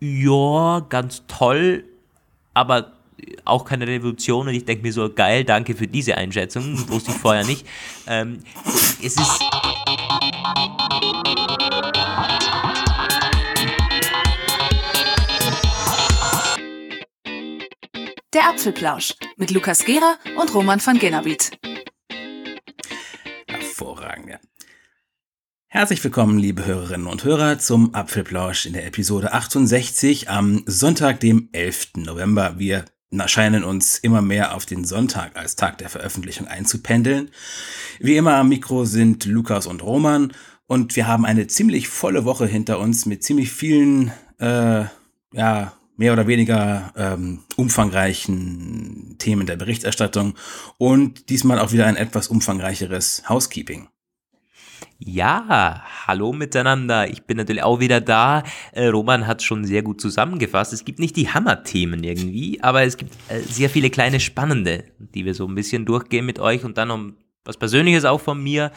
Ja, ganz toll, aber auch keine Revolution und ich denke mir so, geil, danke für diese Einschätzung, wusste ich vorher nicht. Es ist... Der Apfelplausch mit Lukas Gera und Roman van Genabit. Hervorragend, ja. Herzlich willkommen, liebe Hörerinnen und Hörer, zum Apfelplausch in der Episode 68 am Sonntag, dem 11. November. Wir scheinen uns immer mehr auf den Sonntag als Tag der Veröffentlichung einzupendeln. Wie immer am Mikro sind Lukas und Roman und wir haben eine ziemlich volle Woche hinter uns mit ziemlich vielen, mehr oder weniger umfangreichen Themen der Berichterstattung und diesmal auch wieder ein etwas umfangreicheres Housekeeping. Ja, hallo miteinander. Ich bin natürlich auch wieder da. Roman hat schon sehr gut zusammengefasst. Es gibt nicht die Hammerthemen irgendwie, aber es gibt sehr viele kleine spannende, die wir so ein bisschen durchgehen mit euch und dann noch was Persönliches auch von mir.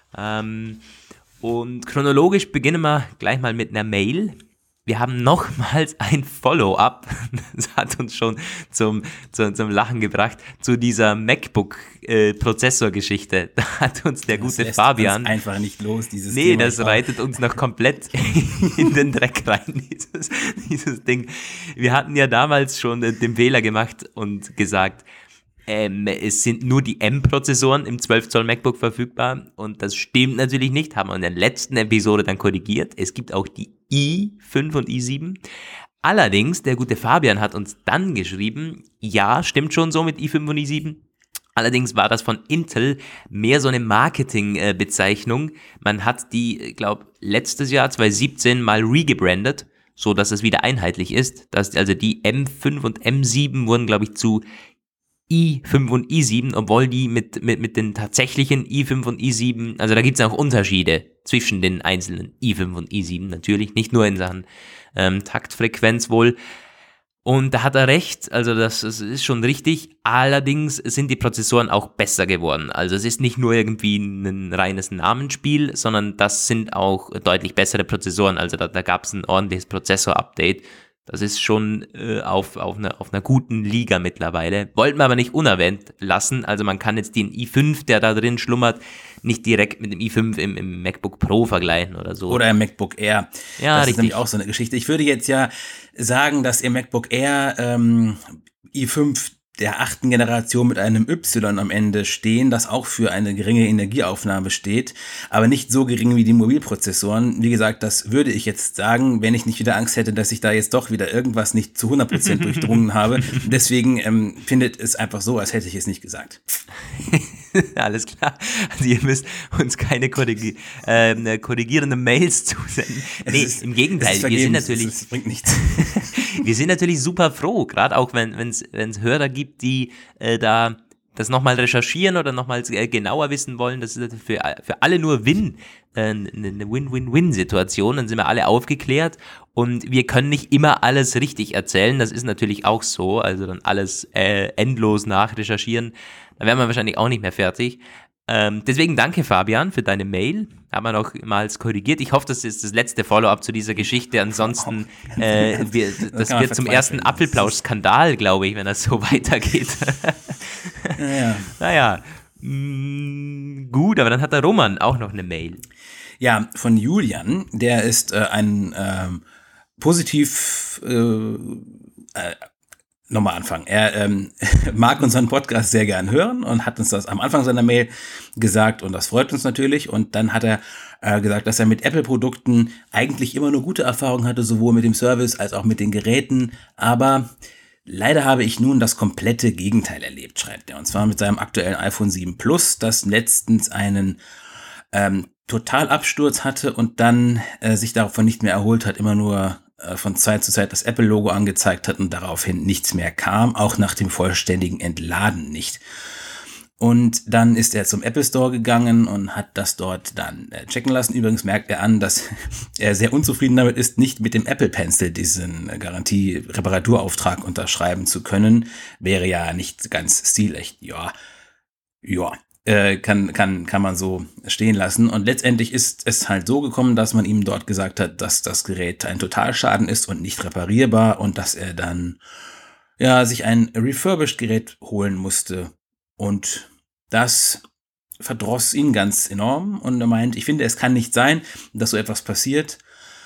Und chronologisch beginnen wir gleich mal mit einer Mail. Wir haben nochmals ein Follow-up, das hat uns schon zum Lachen gebracht, zu dieser MacBook-Prozessor-Geschichte. Da hat uns der gute Fabian... Das einfach nicht los, dieses Nee, Thema. das reitet uns noch komplett in den Dreck rein, dieses Ding. Wir hatten ja damals schon den Fehler gemacht und gesagt, es sind nur die M-Prozessoren im 12 Zoll MacBook verfügbar und das stimmt natürlich nicht, haben wir in der letzten Episode dann korrigiert. Es gibt auch die i5 und i7. Allerdings, der gute Fabian hat uns dann geschrieben, ja, stimmt schon so mit i5 und i7. Allerdings war das von Intel mehr so eine Marketing-Bezeichnung. Man hat die, letztes Jahr 2017 mal regebrandet, so dass es wieder einheitlich ist. Also die M5 und M7 wurden, zu i5 und i7, obwohl die mit den tatsächlichen i5 und i7, also da gibt es auch Unterschiede zwischen den einzelnen i5 und i7 natürlich, nicht nur in Sachen Taktfrequenz wohl. Und da hat er recht, also das ist schon richtig, allerdings sind die Prozessoren auch besser geworden. Also es ist nicht nur irgendwie ein reines Namensspiel, sondern das sind auch deutlich bessere Prozessoren, also da gab es ein ordentliches Prozessor-Update. Das ist schon auf einer guten Liga mittlerweile. Wollten wir aber nicht unerwähnt lassen. Also man kann jetzt den i5, der da drin schlummert, nicht direkt mit dem i5 im MacBook Pro vergleichen oder so. Oder im MacBook Air. Ja, das richtig. ist nämlich auch so eine Geschichte. Ich würde jetzt ja sagen, dass im MacBook Air i5 der 8. Generation mit einem Y am Ende stehen, das auch für eine geringe Energieaufnahme steht, aber nicht so gering wie die Mobilprozessoren. Wie gesagt, das würde ich jetzt sagen, wenn ich nicht wieder Angst hätte, dass ich da jetzt doch wieder irgendwas nicht zu 100% durchdrungen habe. Deswegen findet es einfach so, als hätte ich es nicht gesagt. Alles klar. Also ihr müsst uns keine korrigierenden Mails zusenden. Nee, im Gegenteil. Wir sind natürlich... Das bringt nichts. Wir sind natürlich super froh, gerade auch wenn es Hörer gibt, die da das nochmal recherchieren oder nochmal genauer wissen wollen. Das ist für alle nur eine Win-Win-Win-Situation. Dann sind wir alle aufgeklärt und wir können nicht immer alles richtig erzählen. Das ist natürlich auch so. Also dann alles endlos nachrecherchieren. Da wären wir wahrscheinlich auch nicht mehr fertig. Deswegen danke, Fabian, für deine Mail. Haben wir nochmals korrigiert. Ich hoffe, das ist das letzte Follow-up zu dieser Geschichte. Ansonsten, das wird zum ersten Apfelplausch-Skandal, glaube ich, wenn das so weitergeht. Ja. Naja, gut, aber dann hat der Roman auch noch eine Mail. Ja, von Julian. Der ist ein nochmal anfangen. Er mag unseren Podcast sehr gern hören und hat uns das am Anfang seiner Mail gesagt und das freut uns natürlich. Und dann hat er gesagt, dass er mit Apple-Produkten eigentlich immer nur gute Erfahrungen hatte, sowohl mit dem Service als auch mit den Geräten. Aber leider habe ich nun das komplette Gegenteil erlebt, schreibt er. Und zwar mit seinem aktuellen iPhone 7 Plus, das letztens einen Totalabsturz hatte und dann sich davon nicht mehr erholt hat, immer nur von Zeit zu Zeit das Apple-Logo angezeigt hat und daraufhin nichts mehr kam, auch nach dem vollständigen Entladen nicht. Und dann ist er zum Apple Store gegangen und hat das dort dann checken lassen. Übrigens merkt er an, dass er sehr unzufrieden damit ist, nicht mit dem Apple Pencil diesen Garantie-Reparaturauftrag unterschreiben zu können. Wäre ja nicht ganz stilecht. Ja. kann man so stehen lassen. Und letztendlich ist es halt so gekommen, dass man ihm dort gesagt hat, dass das Gerät ein Totalschaden ist und nicht reparierbar und dass er dann sich ein refurbished Gerät holen musste. Und das verdross ihn ganz enorm und er meint, ich finde, es kann nicht sein, dass so etwas passiert.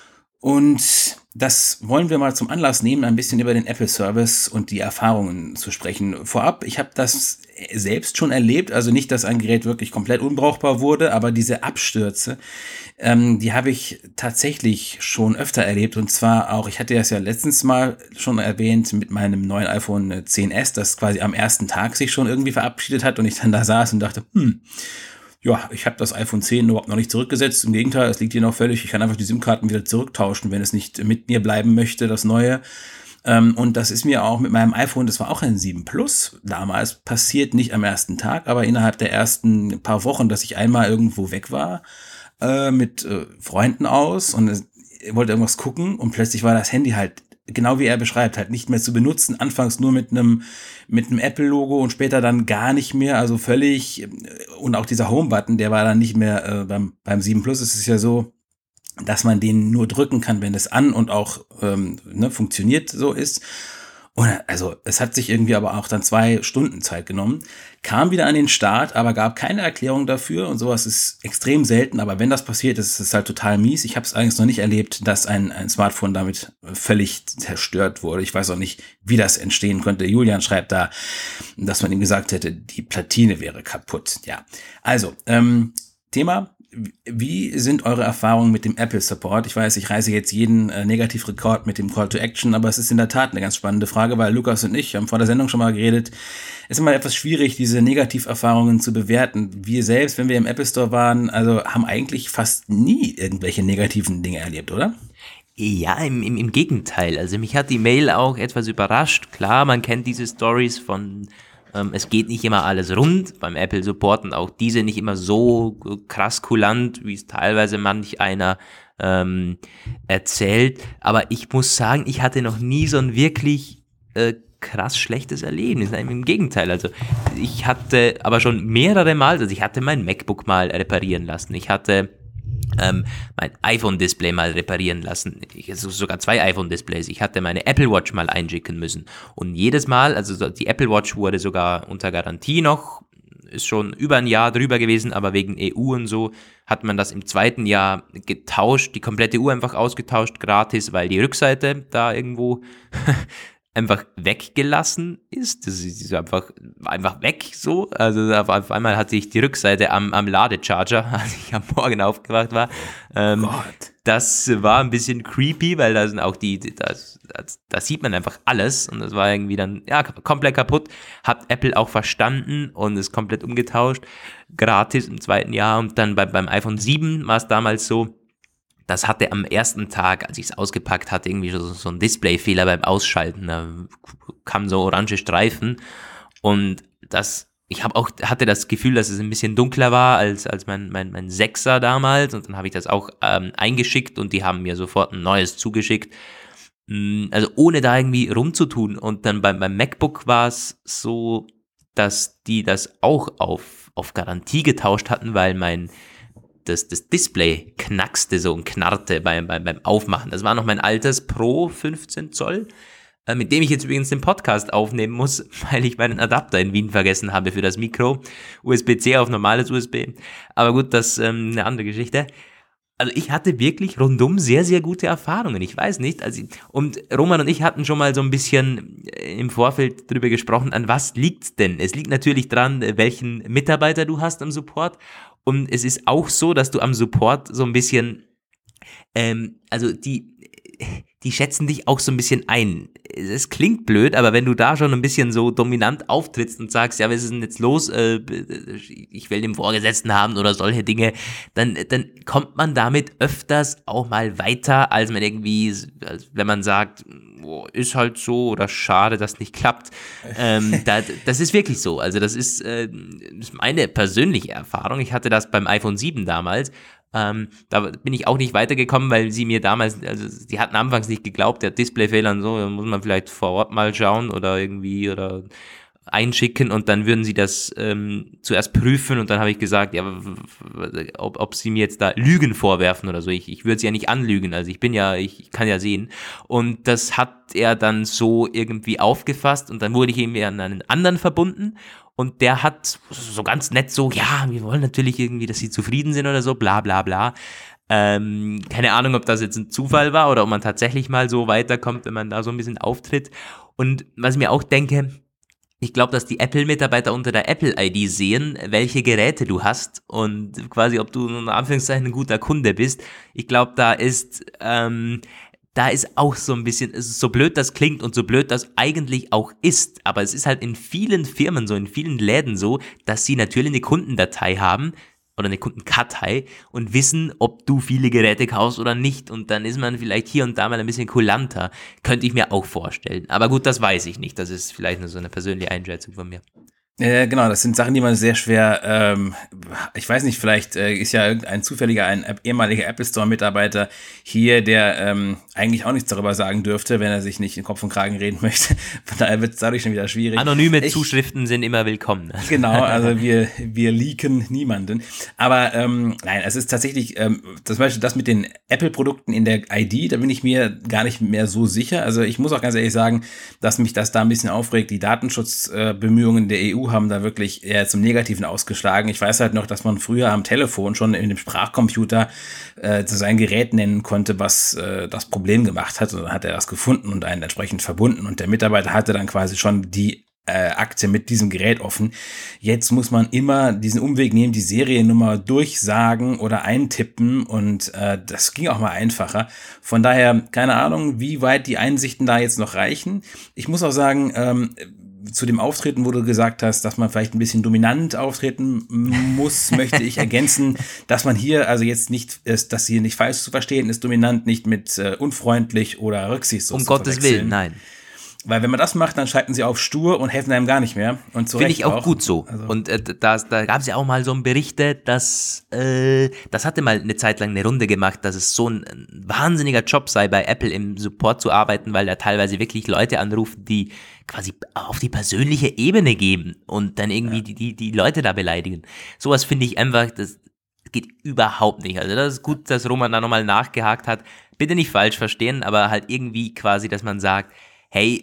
Und das wollen wir mal zum Anlass nehmen, ein bisschen über den Apple Service und die Erfahrungen zu sprechen. Vorab, ich habe das selbst schon erlebt, also nicht, dass ein Gerät wirklich komplett unbrauchbar wurde, aber diese Abstürze, die habe ich tatsächlich schon öfter erlebt. Und zwar auch, ich hatte das ja letztens mal schon erwähnt mit meinem neuen iPhone XS, das quasi am ersten Tag sich schon irgendwie verabschiedet hat und ich dann da saß und dachte, ja, ich habe das iPhone 10 überhaupt noch nicht zurückgesetzt. Im Gegenteil, es liegt hier noch völlig. Ich kann einfach die SIM-Karten wieder zurücktauschen, wenn es nicht mit mir bleiben möchte, das neue. Und das ist mir auch mit meinem iPhone, das war auch ein 7 Plus, damals passiert, nicht am ersten Tag, aber innerhalb der ersten paar Wochen, dass ich einmal irgendwo weg war, mit Freunden aus und wollte irgendwas gucken und plötzlich war das Handy halt genau wie er beschreibt, halt nicht mehr zu benutzen, anfangs nur mit einem Apple-Logo und später dann gar nicht mehr, also völlig, und auch dieser Home-Button, der war dann nicht mehr, beim 7 Plus ist es ja so, dass man den nur drücken kann, wenn es an und auch funktioniert so ist. Und also es hat sich irgendwie aber auch dann 2 Stunden Zeit genommen, kam wieder an den Start, aber gab keine Erklärung dafür und sowas ist extrem selten, aber wenn das passiert, ist es halt total mies. Ich habe es eigentlich noch nicht erlebt, dass ein Smartphone damit völlig zerstört wurde. Ich weiß auch nicht, wie das entstehen konnte. Julian schreibt da, dass man ihm gesagt hätte, die Platine wäre kaputt. Ja, also Thema: Wie sind eure Erfahrungen mit dem Apple Support? Ich weiß, ich reiße jetzt jeden Negativrekord mit dem Call to Action, aber es ist in der Tat eine ganz spannende Frage, weil Lukas und ich haben vor der Sendung schon mal geredet. Es ist immer etwas schwierig, diese Negativerfahrungen zu bewerten. Wir selbst, wenn wir im Apple Store waren, also haben eigentlich fast nie irgendwelche negativen Dinge erlebt, oder? Ja, im Gegenteil. Also mich hat die Mail auch etwas überrascht. Klar, man kennt diese Stories von es geht nicht immer alles rund beim Apple Support und auch diese nicht immer so krass kulant, wie es teilweise manch einer erzählt. Aber ich muss sagen, ich hatte noch nie so ein wirklich krass schlechtes Erlebnis. Nein, im Gegenteil. Also ich hatte aber schon mehrere Mal, also ich hatte mein MacBook mal reparieren lassen. Ich hatte mein iPhone-Display mal reparieren lassen. Sogar 2 iPhone-Displays. Ich hatte meine Apple Watch mal einschicken müssen. Und jedes Mal, also die Apple Watch wurde sogar unter Garantie noch, ist schon über ein Jahr drüber gewesen, aber wegen EU und so hat man das im 2. Jahr getauscht, die komplette Uhr einfach ausgetauscht, gratis, weil die Rückseite da irgendwo einfach weggelassen ist. Das ist einfach weg so. Also auf einmal hatte ich die Rückseite am Ladecharger, als ich am Morgen aufgewacht war. Das war ein bisschen creepy, weil da sind auch da sieht man einfach alles und das war irgendwie dann komplett kaputt. Hat Apple auch verstanden und ist komplett umgetauscht. Gratis im 2. Jahr und dann beim iPhone 7 war es damals so, das hatte am ersten Tag, als ich es ausgepackt hatte, irgendwie so ein Displayfehler beim Ausschalten. Da kamen so orange Streifen und ich hatte das Gefühl, dass es ein bisschen dunkler war als mein 6er damals und dann habe ich das auch eingeschickt und die haben mir sofort ein neues zugeschickt. Also ohne da irgendwie rumzutun und dann beim MacBook war es so, dass die das auch auf Garantie getauscht hatten, weil das Display knackste so und knarrte beim Aufmachen. Das war noch mein altes Pro 15 Zoll, mit dem ich jetzt übrigens den Podcast aufnehmen muss, weil ich meinen Adapter in Wien vergessen habe für das Mikro. USB-C auf normales USB. Aber gut, das ist eine andere Geschichte. Also ich hatte wirklich rundum sehr, sehr gute Erfahrungen. Ich weiß nicht, und Roman und ich hatten schon mal so ein bisschen im Vorfeld drüber gesprochen, an was liegt's denn? Es liegt natürlich dran, welchen Mitarbeiter du hast am Support. Und es ist auch so, dass du am Support so ein bisschen, also die schätzen dich auch so ein bisschen ein. Es klingt blöd, aber wenn du da schon ein bisschen so dominant auftrittst und sagst, ja, was ist denn jetzt los? Ich will den Vorgesetzten haben oder solche Dinge, dann kommt man damit öfters auch mal weiter, als man irgendwie, wenn man sagt, ist halt so oder schade, dass nicht klappt. Das ist wirklich so. Also das ist meine persönliche Erfahrung. Ich hatte das beim iPhone 7 damals. Da bin ich auch nicht weitergekommen, weil sie mir damals, also sie hatten anfangs nicht geglaubt, der Displayfehler und so, da muss man vielleicht vor Ort mal schauen oder irgendwie, oder einschicken und dann würden sie das zuerst prüfen und dann habe ich gesagt, ja, ob sie mir jetzt da Lügen vorwerfen oder so. Ich würde sie ja nicht anlügen, also ich kann ja sehen. Und das hat er dann so irgendwie aufgefasst und dann wurde ich ihm an einen anderen verbunden und der hat so ganz nett so, ja, wir wollen natürlich irgendwie, dass sie zufrieden sind oder so, bla bla bla. Keine Ahnung, ob das jetzt ein Zufall war oder ob man tatsächlich mal so weiterkommt, wenn man da so ein bisschen auftritt. Und was ich mir auch denke, ich glaube, dass die Apple-Mitarbeiter unter der Apple-ID sehen, welche Geräte du hast und quasi, ob du in Anführungszeichen ein guter Kunde bist. Ich glaube, da ist auch so ein bisschen, so blöd das klingt und so blöd das eigentlich auch ist, aber es ist halt in vielen Firmen so, in vielen Läden so, dass sie natürlich eine Kundendatei haben, oder eine Kundenkartei und wissen, ob du viele Geräte kaufst oder nicht. Und dann ist man vielleicht hier und da mal ein bisschen kulanter. Könnte ich mir auch vorstellen. Aber gut, das weiß ich nicht. Das ist vielleicht nur so eine persönliche Einschätzung von mir. Genau, das sind Sachen, die man sehr schwer, ich weiß nicht, vielleicht ist ja irgendein zufälliger, ein ehemaliger Apple Store-Mitarbeiter hier, der eigentlich auch nichts darüber sagen dürfte, wenn er sich nicht in Kopf und Kragen reden möchte. Von daher wird es dadurch schon wieder schwierig. Anonyme Zuschriften sind immer willkommen. Genau, also wir leaken niemanden. Aber nein, es ist tatsächlich, zum Beispiel das mit den Apple-Produkten in der ID, da bin ich mir gar nicht mehr so sicher. Also ich muss auch ganz ehrlich sagen, dass mich das da ein bisschen aufregt. Die Datenschutzbemühungen der EU haben da wirklich eher zum Negativen ausgeschlagen. Ich weiß halt noch, dass man früher am Telefon schon in dem Sprachcomputer zu seinem Gerät nennen konnte, was das Problem gemacht hat. Und dann hat er das gefunden und einen entsprechend verbunden. Und der Mitarbeiter hatte dann quasi schon die Akte mit diesem Gerät offen. Jetzt muss man immer diesen Umweg nehmen, die Seriennummer durchsagen oder eintippen und das ging auch mal einfacher. Von daher, keine Ahnung, wie weit die Einsichten da jetzt noch reichen. Ich muss auch sagen, zu dem Auftreten, wo du gesagt hast, dass man vielleicht ein bisschen dominant auftreten muss, möchte ich ergänzen, dass man hier also jetzt nicht, dass hier nicht falsch zu verstehen ist, dominant nicht mit unfreundlich oder rücksichtslos. Um Gottes Willen, nein. Weil wenn man das macht, dann schalten sie auf stur und helfen einem gar nicht mehr. Und finde ich auch gut so. Also. Und da gab es ja auch mal so ein Berichte, dass das hatte mal eine Zeit lang eine Runde gemacht, dass es so ein wahnsinniger Job sei, bei Apple im Support zu arbeiten, weil da teilweise wirklich Leute anrufen, die quasi auf die persönliche Ebene geben und dann irgendwie die Leute da beleidigen. Sowas finde ich einfach, das geht überhaupt nicht. Also das ist gut, dass Roman da nochmal nachgehakt hat. Bitte nicht falsch verstehen, aber halt irgendwie quasi, dass man sagt, hey,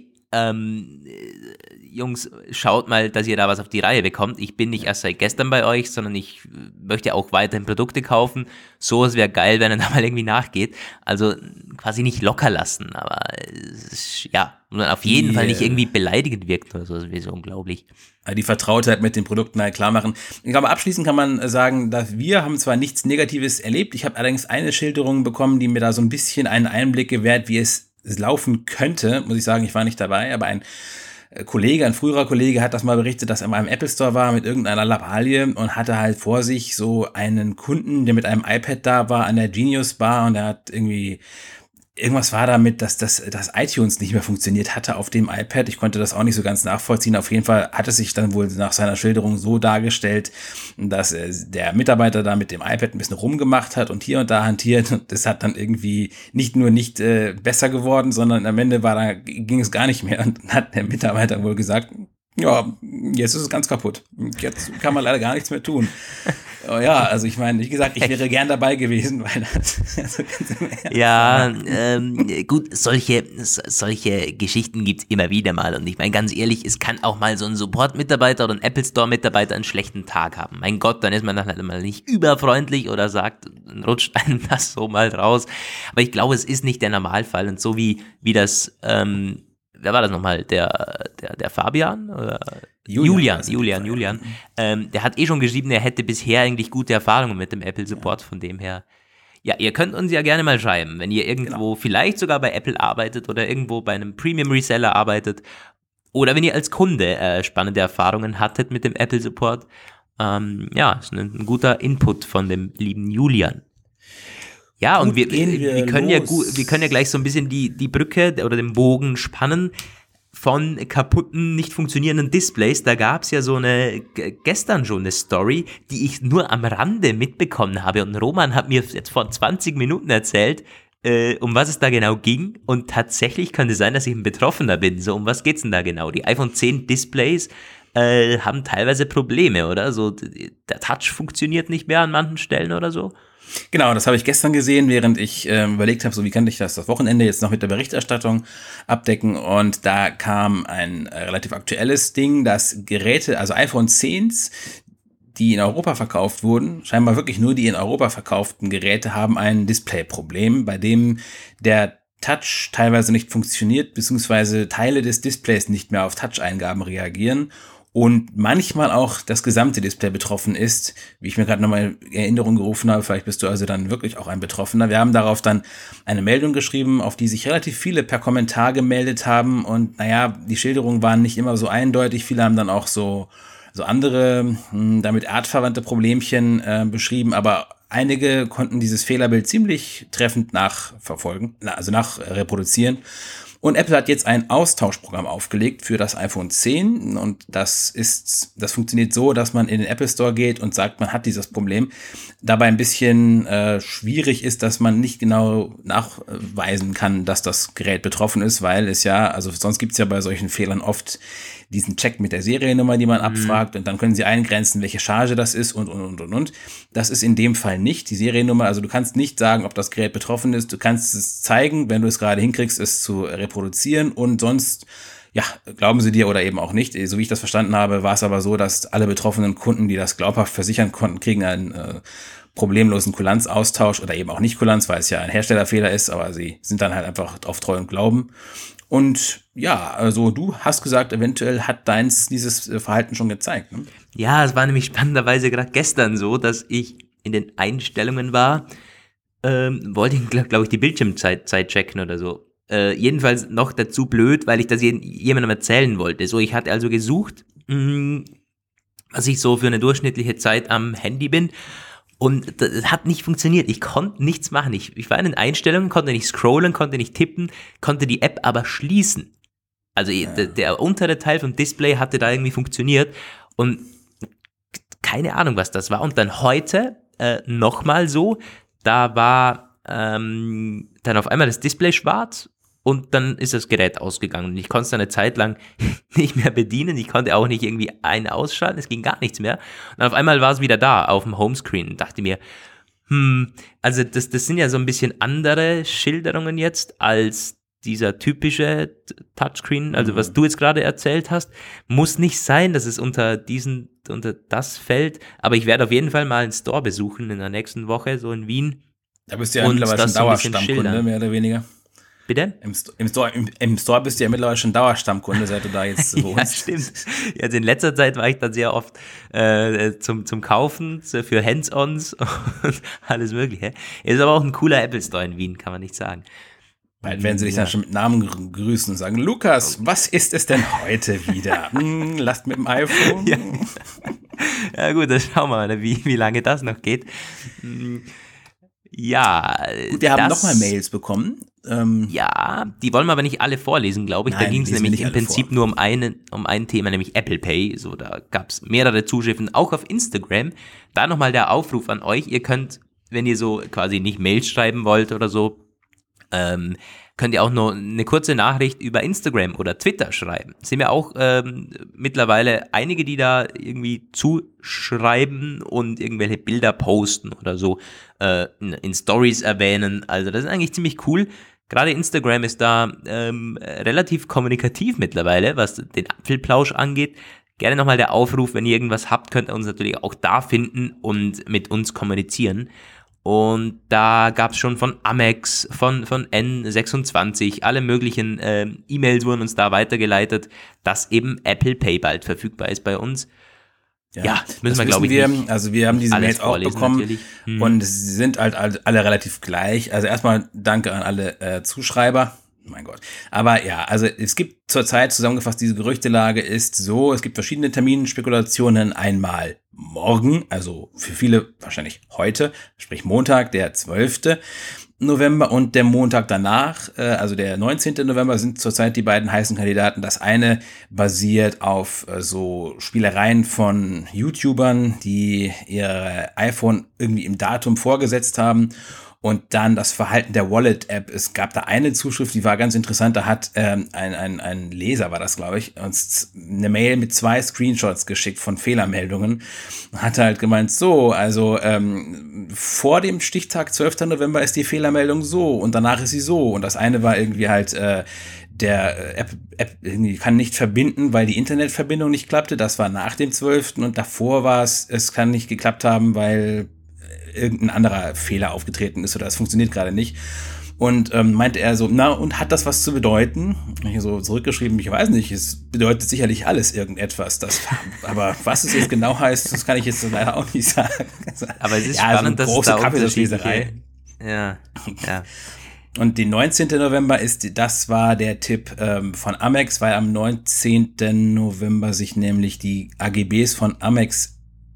Jungs, schaut mal, dass ihr da was auf die Reihe bekommt. Ich bin nicht erst seit gestern bei euch, sondern ich möchte auch weiterhin Produkte kaufen. So, es wäre geil, wenn er da mal irgendwie nachgeht. Also quasi nicht locker lassen, aber ja, und auf jeden Fall nicht irgendwie beleidigend wirkt oder so. Das wäre so unglaublich. Die Vertrautheit mit den Produkten halt klar machen. Ich glaube, abschließend kann man sagen, dass wir haben zwar nichts Negatives erlebt. Ich habe allerdings eine Schilderung bekommen, die mir da so ein bisschen einen Einblick gewährt, wie es laufen könnte, muss ich sagen, ich war nicht dabei, aber ein früherer Kollege hat das mal berichtet, dass er mal im Apple Store war mit irgendeiner Lappalie und hatte halt vor sich so einen Kunden, der mit einem iPad da war an der Genius Bar und er hat irgendwas war damit, dass das iTunes nicht mehr funktioniert hatte auf dem iPad. Ich konnte das auch nicht so ganz nachvollziehen. Auf jeden Fall hat es sich dann wohl nach seiner Schilderung so dargestellt, dass der Mitarbeiter da mit dem iPad ein bisschen rumgemacht hat und hier und da hantiert. Und das hat dann irgendwie nicht nur nicht besser geworden, sondern am Ende ging es gar nicht mehr. Und dann hat der Mitarbeiter wohl gesagt, ja, jetzt ist es ganz kaputt. Jetzt kann man leider gar nichts mehr tun. Oh ja, also ich meine, wie gesagt, ich wäre gern dabei gewesen, weil das also ja, gut, solche Geschichten gibt's immer wieder mal und ich meine, ganz ehrlich, es kann auch mal so ein Support-Mitarbeiter oder ein Apple Store-Mitarbeiter einen schlechten Tag haben. Mein Gott, dann ist man dann halt mal nicht überfreundlich oder rutscht einem das so mal raus. Aber ich glaube, es ist nicht der Normalfall und so wie das, wer war das nochmal? Der Fabian? Oder? Julian. Der hat schon geschrieben, er hätte bisher eigentlich gute Erfahrungen mit dem Apple Support, von dem her. Ja, ihr könnt uns ja gerne mal schreiben, wenn ihr irgendwo vielleicht sogar bei Apple arbeitet oder irgendwo bei einem Premium Reseller arbeitet oder wenn ihr als Kunde spannende Erfahrungen hattet mit dem Apple Support. Ja, ist ein guter Input von dem lieben Julian. Ja, und wir können ja gleich so ein bisschen die Brücke oder den Bogen spannen von kaputten, nicht funktionierenden Displays. Da gab's ja gestern schon eine Story, die ich nur am Rande mitbekommen habe. Und Roman hat mir jetzt vor 20 Minuten erzählt, um was es da genau ging. Und tatsächlich könnte sein, dass ich ein Betroffener bin. So, um was geht's denn da genau? Die iPhone 10 Displays haben teilweise Probleme, oder? So, der Touch funktioniert nicht mehr an manchen Stellen oder so. Genau, das habe ich gestern gesehen, während ich überlegt habe, so wie kann ich das Wochenende jetzt noch mit der Berichterstattung abdecken. Und da kam ein relativ aktuelles Ding, dass Geräte, also iPhone 10s, die in Europa verkauft wurden, scheinbar wirklich nur die in Europa verkauften Geräte, haben ein Displayproblem, bei dem der Touch teilweise nicht funktioniert, beziehungsweise Teile des Displays nicht mehr auf Touch-Eingaben reagieren und manchmal auch das gesamte Display betroffen ist, wie ich mir gerade nochmal in Erinnerung gerufen habe. Vielleicht bist du also dann wirklich auch ein Betroffener. Wir haben darauf dann eine Meldung geschrieben, auf die sich relativ viele per Kommentar gemeldet haben und naja, die Schilderungen waren nicht immer so eindeutig. Viele haben dann auch so andere damit artverwandte Problemchen beschrieben, aber einige konnten dieses Fehlerbild ziemlich treffend nachreproduzieren. Und Apple hat jetzt ein Austauschprogramm aufgelegt für das iPhone 10 und das funktioniert so, dass man in den Apple Store geht und sagt, man hat dieses Problem. Dabei ein bisschen schwierig ist, dass man nicht genau nachweisen kann, dass das Gerät betroffen ist, weil es ja, also sonst gibt es ja bei solchen Fehlern oft diesen Check mit der Seriennummer, die man abfragt und dann können sie eingrenzen, welche Charge das ist und. Das ist in dem Fall nicht die Seriennummer, also du kannst nicht sagen, ob das Gerät betroffen ist, du kannst es zeigen, wenn du es gerade hinkriegst, es zu reproduzieren und sonst, ja, glauben sie dir oder eben auch nicht. So wie ich das verstanden habe, war es aber so, dass alle betroffenen Kunden, die das glaubhaft versichern konnten, kriegen einen problemlosen Kulanzaustausch oder eben auch nicht Kulanz, weil es ja ein Herstellerfehler ist, aber sie sind dann halt einfach auf Treu und Glauben. Und ja, also du hast gesagt, eventuell hat deins dieses Verhalten schon gezeigt. Ne? Ja, es war nämlich spannenderweise gerade gestern so, dass ich in den Einstellungen war, wollte ich, glaube ich, die Bildschirmzeit checken oder so. Jedenfalls noch dazu blöd, weil ich das jemandem erzählen wollte. So, ich hatte also gesucht, was ich so für eine durchschnittliche Zeit am Handy bin. Und das hat nicht funktioniert. Ich konnte nichts machen. Ich war in den Einstellungen, konnte nicht scrollen, konnte nicht tippen, konnte die App aber schließen. Also der untere Teil vom Display hatte da irgendwie funktioniert. Und keine Ahnung, was das war. Und dann heute nochmal so, da war dann auf einmal das Display schwarz und dann ist das Gerät ausgegangen. Und ich konnte es eine Zeit lang nicht mehr bedienen. Ich konnte auch nicht irgendwie ausschalten. Es ging gar nichts mehr. Und auf einmal war es wieder da auf dem Homescreen und dachte mir, also das sind ja so ein bisschen andere Schilderungen jetzt als dieser typische Touchscreen, also was du jetzt gerade erzählt hast, muss nicht sein, dass es unter das fällt, aber ich werde auf jeden Fall mal einen Store besuchen in der nächsten Woche, so in Wien. Da bist du ja mittlerweile schon Dauerstammkunde, mehr oder weniger. Bitte? Im Store bist du ja mittlerweile schon Dauerstammkunde, seit du da jetzt wohnst. Ja, stimmt. Also in letzter Zeit war ich dann sehr oft zum Kaufen, für Hands-Ons und alles Mögliche. Es ist aber auch ein cooler Apple Store in Wien, kann man nicht sagen. Bald werden sie dich dann schon mit Namen grüßen und sagen, Lukas, was ist es denn heute wieder? Lasst mit dem iPhone. Ja gut, dann schauen wir mal, wie lange das noch geht. Ja. Gut, wir haben nochmal Mails bekommen. Ja, die wollen wir aber nicht alle vorlesen, glaube ich. Nein, da ging es nämlich im Prinzip vor. nur um ein Thema, nämlich Apple Pay. So, da gab es mehrere Zuschriften, auch auf Instagram. Da nochmal der Aufruf an euch. Ihr könnt, wenn ihr so quasi nicht Mails schreiben wollt oder so, könnt ihr auch nur eine kurze Nachricht über Instagram oder Twitter schreiben. Es sind ja auch mittlerweile einige, die da irgendwie zuschreiben und irgendwelche Bilder posten oder so in Stories erwähnen. Also das ist eigentlich ziemlich cool. Gerade Instagram ist da relativ kommunikativ mittlerweile, was den Apfelplausch angeht. Gerne nochmal der Aufruf, wenn ihr irgendwas habt, könnt ihr uns natürlich auch da finden und mit uns kommunizieren. Und da gab es schon von Amex, von N26, alle möglichen E-Mails wurden uns da weitergeleitet, dass eben Apple Pay bald verfügbar ist bei uns. Ja, müssen wir, glaube ich, nicht. Also wir haben diese Mails auch bekommen und sie sind halt alle relativ gleich. Also erstmal danke an alle Zuschreiber. Mein Gott. Aber ja, also es gibt zurzeit zusammengefasst, diese Gerüchtelage ist so, es gibt verschiedene Terminspekulationen, einmal morgen, also für viele wahrscheinlich heute, sprich Montag, der 12. November und der Montag danach, also der 19. November sind zurzeit die beiden heißen Kandidaten. Das eine basiert auf so Spielereien von YouTubern, die ihre iPhone irgendwie im Datum vorgesetzt haben. Und dann das Verhalten der Wallet-App. Es gab da eine Zuschrift, die war ganz interessant. Da hat ein Leser, war das, glaube ich, uns eine Mail mit 2 Screenshots geschickt von Fehlermeldungen. Hat halt gemeint, so, also vor dem Stichtag 12. November ist die Fehlermeldung so und danach ist sie so. Und das eine war irgendwie halt der App irgendwie kann nicht verbinden, weil die Internetverbindung nicht klappte. Das war nach dem 12. Und davor war es kann nicht geklappt haben, weil irgendein anderer Fehler aufgetreten ist oder es funktioniert gerade nicht. Und meinte er so, na, und hat das was zu bedeuten? Ich habe so zurückgeschrieben, ich weiß nicht, es bedeutet sicherlich alles irgendetwas. Aber was es jetzt genau heißt, das kann ich jetzt leider auch nicht sagen. Aber es ist spannend, dass es da Kaffeesatzleserei. Ja. Und den 19. November das war der Tipp von Amex, weil am 19. November sich nämlich die AGBs von Amex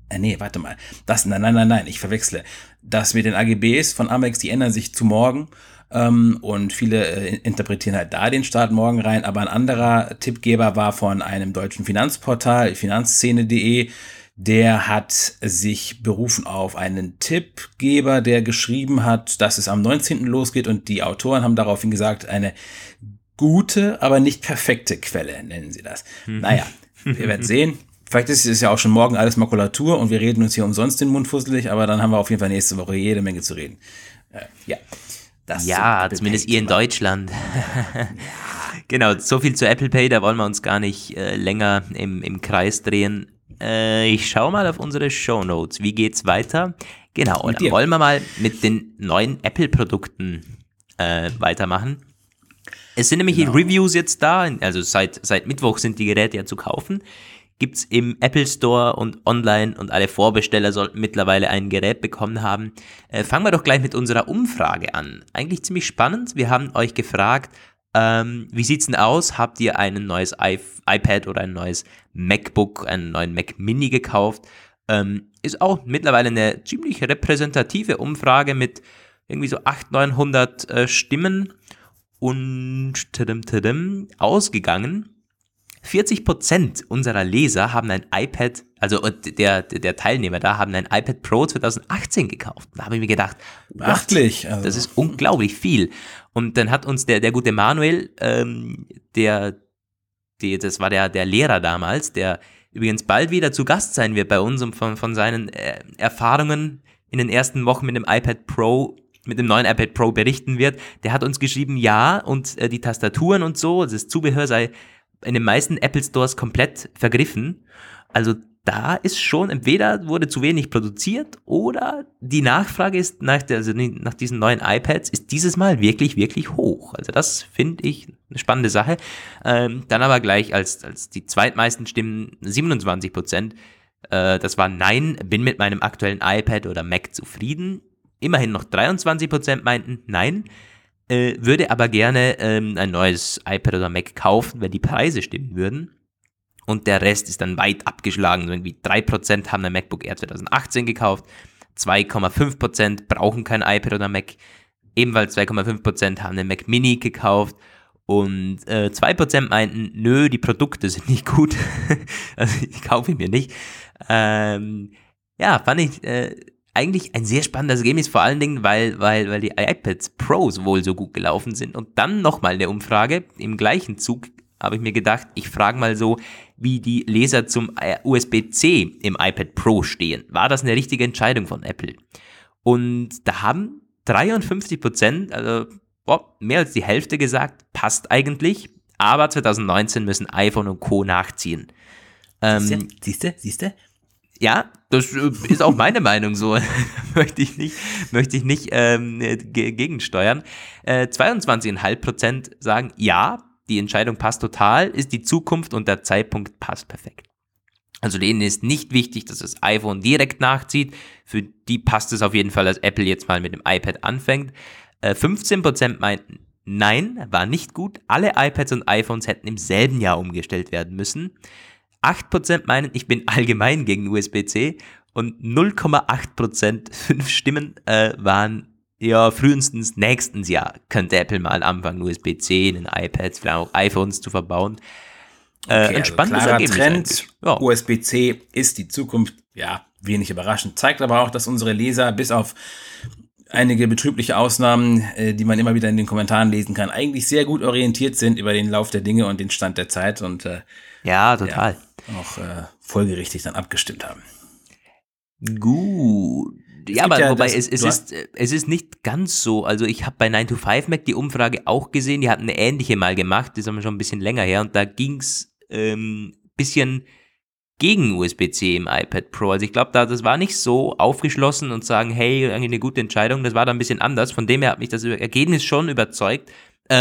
Nein, ich verwechsle. Das mit den AGBs von Amex, die ändern sich zu morgen und viele interpretieren halt da den Start morgen rein, aber ein anderer Tippgeber war von einem deutschen Finanzportal, finanzszene.de, der hat sich berufen auf einen Tippgeber, der geschrieben hat, dass es am 19. losgeht und die Autoren haben daraufhin gesagt, eine gute, aber nicht perfekte Quelle, nennen sie das. Naja, wir werden sehen. Vielleicht ist es ja auch schon morgen alles Makulatur und wir reden uns hier umsonst den Mund fusselig, aber dann haben wir auf jeden Fall nächste Woche jede Menge zu reden. Zumindest ihr in Deutschland. Genau, so viel zu Apple Pay, da wollen wir uns gar nicht länger im Kreis drehen. Ich schaue mal auf unsere Shownotes. Wie geht's weiter? Genau, und dann wollen wir mal mit den neuen Apple-Produkten weitermachen. Es sind nämlich Reviews jetzt da, also seit Mittwoch sind die Geräte ja zu kaufen. Gibt's im Apple Store und online und alle Vorbesteller sollten mittlerweile ein Gerät bekommen haben. Fangen wir doch gleich mit unserer Umfrage an. Eigentlich ziemlich spannend. Wir haben euch gefragt, wie sieht's denn aus? Habt ihr ein neues iPad oder ein neues MacBook, einen neuen Mac Mini gekauft? Ist auch mittlerweile eine ziemlich repräsentative Umfrage mit irgendwie so 800-900 Stimmen und ausgegangen. 40% unserer Leser haben ein iPad, also der Teilnehmer da, haben ein iPad Pro 2018 gekauft. Da habe ich mir gedacht, beachtlich, also. Das ist unglaublich viel. Und dann hat uns der gute Manuel, das war der Lehrer damals, der übrigens bald wieder zu Gast sein wird bei uns und von seinen Erfahrungen in den ersten Wochen mit dem neuen iPad Pro berichten wird. Der hat uns geschrieben, ja, und die Tastaturen und so, das Zubehör sei in den meisten Apple Stores komplett vergriffen. Also da ist schon, entweder wurde zu wenig produziert oder die Nachfrage ist nach diesen neuen iPads ist dieses Mal wirklich, wirklich hoch. Also das finde ich eine spannende Sache. Dann aber gleich als die zweitmeisten Stimmen 27%. Das war Nein, bin mit meinem aktuellen iPad oder Mac zufrieden. Immerhin noch 23% meinten Nein. Würde aber gerne ein neues iPad oder Mac kaufen, wenn die Preise stimmen würden. Und der Rest ist dann weit abgeschlagen. So irgendwie 3% haben ein MacBook Air 2018 gekauft, 2,5% brauchen kein iPad oder Mac, ebenfalls 2,5% haben einen Mac Mini gekauft und 2% meinten, nö, die Produkte sind nicht gut, also die kaufe ich mir nicht. Fand ich eigentlich ein sehr spannendes Ergebnis, vor allen Dingen, weil die iPads Pros wohl so gut gelaufen sind. Und dann nochmal eine Umfrage, im gleichen Zug habe ich mir gedacht, ich frage mal so, wie die Leser zum USB-C im iPad Pro stehen. War das eine richtige Entscheidung von Apple? Und da haben 53%, also mehr als die Hälfte gesagt, passt eigentlich, aber 2019 müssen iPhone und Co. nachziehen. Siehst du? Ja, das ist auch meine Meinung so. möchte ich nicht gegensteuern. 22,5% sagen, ja, die Entscheidung passt total, ist die Zukunft und der Zeitpunkt passt perfekt. Also denen ist nicht wichtig, dass das iPhone direkt nachzieht. Für die passt es auf jeden Fall, dass Apple jetzt mal mit dem iPad anfängt. 15% meinten, nein, war nicht gut. Alle iPads und iPhones hätten im selben Jahr umgestellt werden müssen. 8% meinen, ich bin allgemein gegen USB-C und 0,8%, 5 Stimmen, waren ja frühestens nächstes Jahr könnte Apple mal anfangen, USB-C in den iPads, vielleicht auch iPhones zu verbauen. Okay, ein spannendes Ergebnis. Trend. Ja. USB-C ist die Zukunft, ja, wenig überraschend. Zeigt aber auch, dass unsere Leser bis auf einige betrübliche Ausnahmen, die man immer wieder in den Kommentaren lesen kann, eigentlich sehr gut orientiert sind über den Lauf der Dinge und den Stand der Zeit und ja, total. Auch folgerichtig dann abgestimmt haben. Gut. Ja, aber wobei es ist nicht ganz so. Also ich habe bei 9to5Mac die Umfrage auch gesehen, die hatten eine ähnliche mal gemacht, das haben wir schon ein bisschen länger her und da ging's bisschen gegen USB-C im iPad Pro. Also ich glaube, das war nicht so aufgeschlossen und sagen, hey, eigentlich eine gute Entscheidung, das war da ein bisschen anders. Von dem her hat mich das Ergebnis schon überrascht,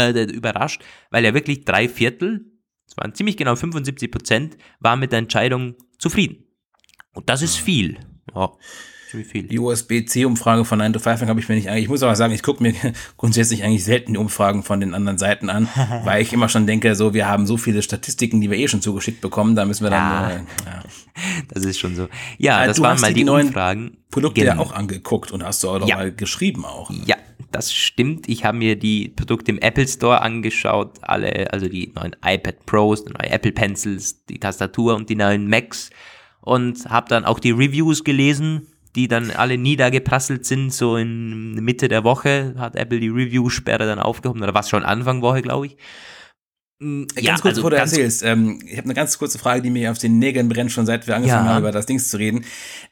weil ja wirklich 3/4, das waren ziemlich genau 75%, waren mit der Entscheidung zufrieden. Und das ist viel. Ja, ziemlich viel. Die USB-C-Umfrage von 9to5 habe ich mir nicht eigentlich. Ich muss aber sagen, ich gucke mir grundsätzlich eigentlich selten die Umfragen von den anderen Seiten an, weil ich immer schon denke, so, wir haben so viele Statistiken, die wir schon zugeschickt bekommen, da müssen wir dann. Das ist schon so. Ja, das waren mal die Umfragen. Produkte ja auch angeguckt und hast du auch noch mal geschrieben auch. Ja, das stimmt. Ich habe mir die Produkte im Apple Store angeschaut, also die neuen iPad Pros, die neuen Apple Pencils, die Tastatur und die neuen Macs und habe dann auch die Reviews gelesen, die dann alle niedergeprasselt sind, so in Mitte der Woche hat Apple die Review-Sperre dann aufgehoben, oder was schon Anfang Woche, glaube ich. Ganz kurz, bevor du erzählst, ich habe eine ganz kurze Frage, die mir auf den Nägeln brennt, schon seit wir angefangen haben, über das Ding zu reden.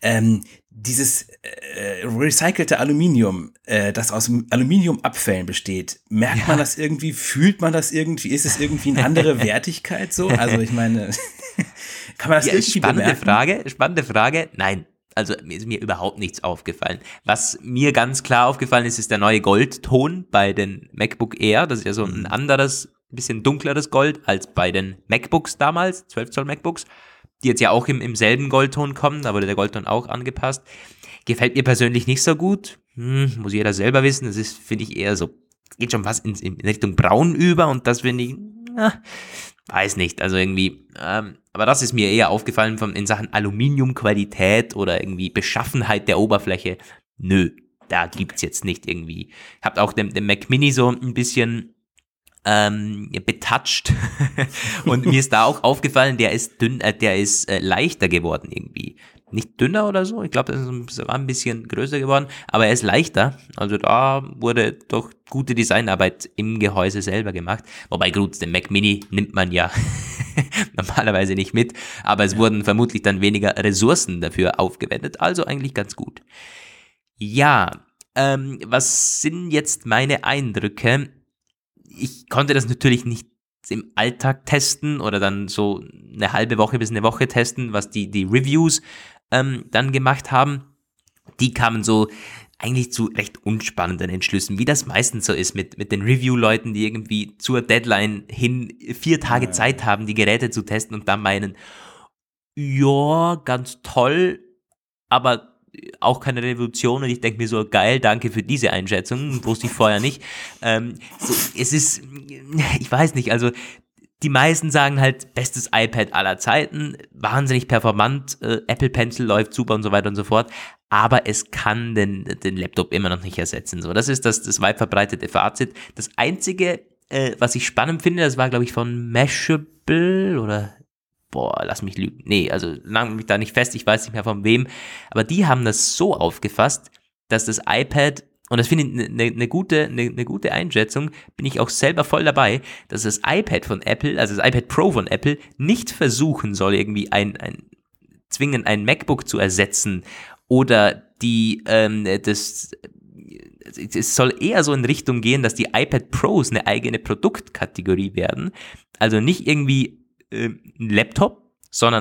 Dieses recycelte Aluminium, das aus Aluminiumabfällen besteht, merkt man das irgendwie, fühlt man das irgendwie, ist es irgendwie eine andere Wertigkeit so? Also ich meine, kann man das irgendwie bemerken? Spannende Frage, nein. Also mir ist mir überhaupt nichts aufgefallen. Was mir ganz klar aufgefallen ist der neue Goldton bei den MacBook Air. Das ist ja so ein anderes, bisschen dunkleres Gold als bei den MacBooks damals, 12 Zoll MacBooks, die jetzt ja auch im selben Goldton kommen, da wurde der Goldton auch angepasst. Gefällt mir persönlich nicht so gut. Muss jeder selber wissen. Das ist, finde ich, eher so, geht schon was in Richtung Braun über und das finde ich, weiß nicht, also irgendwie, aber das ist mir eher aufgefallen in Sachen Aluminiumqualität oder irgendwie Beschaffenheit der Oberfläche. Nö, da gibt's jetzt nicht irgendwie. Habt auch den Mac Mini so ein bisschen betoucht und mir ist da auch aufgefallen, der ist leichter geworden irgendwie. Nicht dünner oder so, ich glaube, das ist sogar ein bisschen größer geworden, aber er ist leichter, also da wurde doch gute Designarbeit im Gehäuse selber gemacht, wobei gut, den Mac Mini nimmt man ja normalerweise nicht mit, aber es wurden vermutlich dann weniger Ressourcen dafür aufgewendet, also eigentlich ganz gut. Ja, was sind jetzt meine Eindrücke? Ich konnte das natürlich nicht im Alltag testen oder dann so eine halbe Woche bis eine Woche testen, was die Reviews dann gemacht haben. Die kamen so eigentlich zu recht unspannenden Entschlüssen, wie das meistens so ist mit den Review-Leuten, die irgendwie zur Deadline hin 4 Tage Zeit haben, die Geräte zu testen und dann meinen, ja, ganz toll, aber auch keine Revolution und ich denke mir so, geil, danke für diese Einschätzung, wusste ich vorher nicht. Es ist, ich weiß nicht, also die meisten sagen halt, bestes iPad aller Zeiten, wahnsinnig performant, Apple Pencil läuft super und so weiter und so fort, aber es kann den Laptop immer noch nicht ersetzen. So, das ist das weit verbreitete Fazit. Das Einzige, was ich spannend finde, das war, glaube ich, von Mashable oder lass mich lügen. Nee, also nagel mich da nicht fest, ich weiß nicht mehr von wem, aber die haben das so aufgefasst, dass das iPad, und das finde ich eine gute Einschätzung, bin ich auch selber voll dabei, dass das iPad von Apple, also das iPad Pro von Apple, nicht versuchen soll, irgendwie zwingend ein MacBook zu ersetzen oder es soll eher so in Richtung gehen, dass die iPad Pros eine eigene Produktkategorie werden, also nicht irgendwie ein Laptop, sondern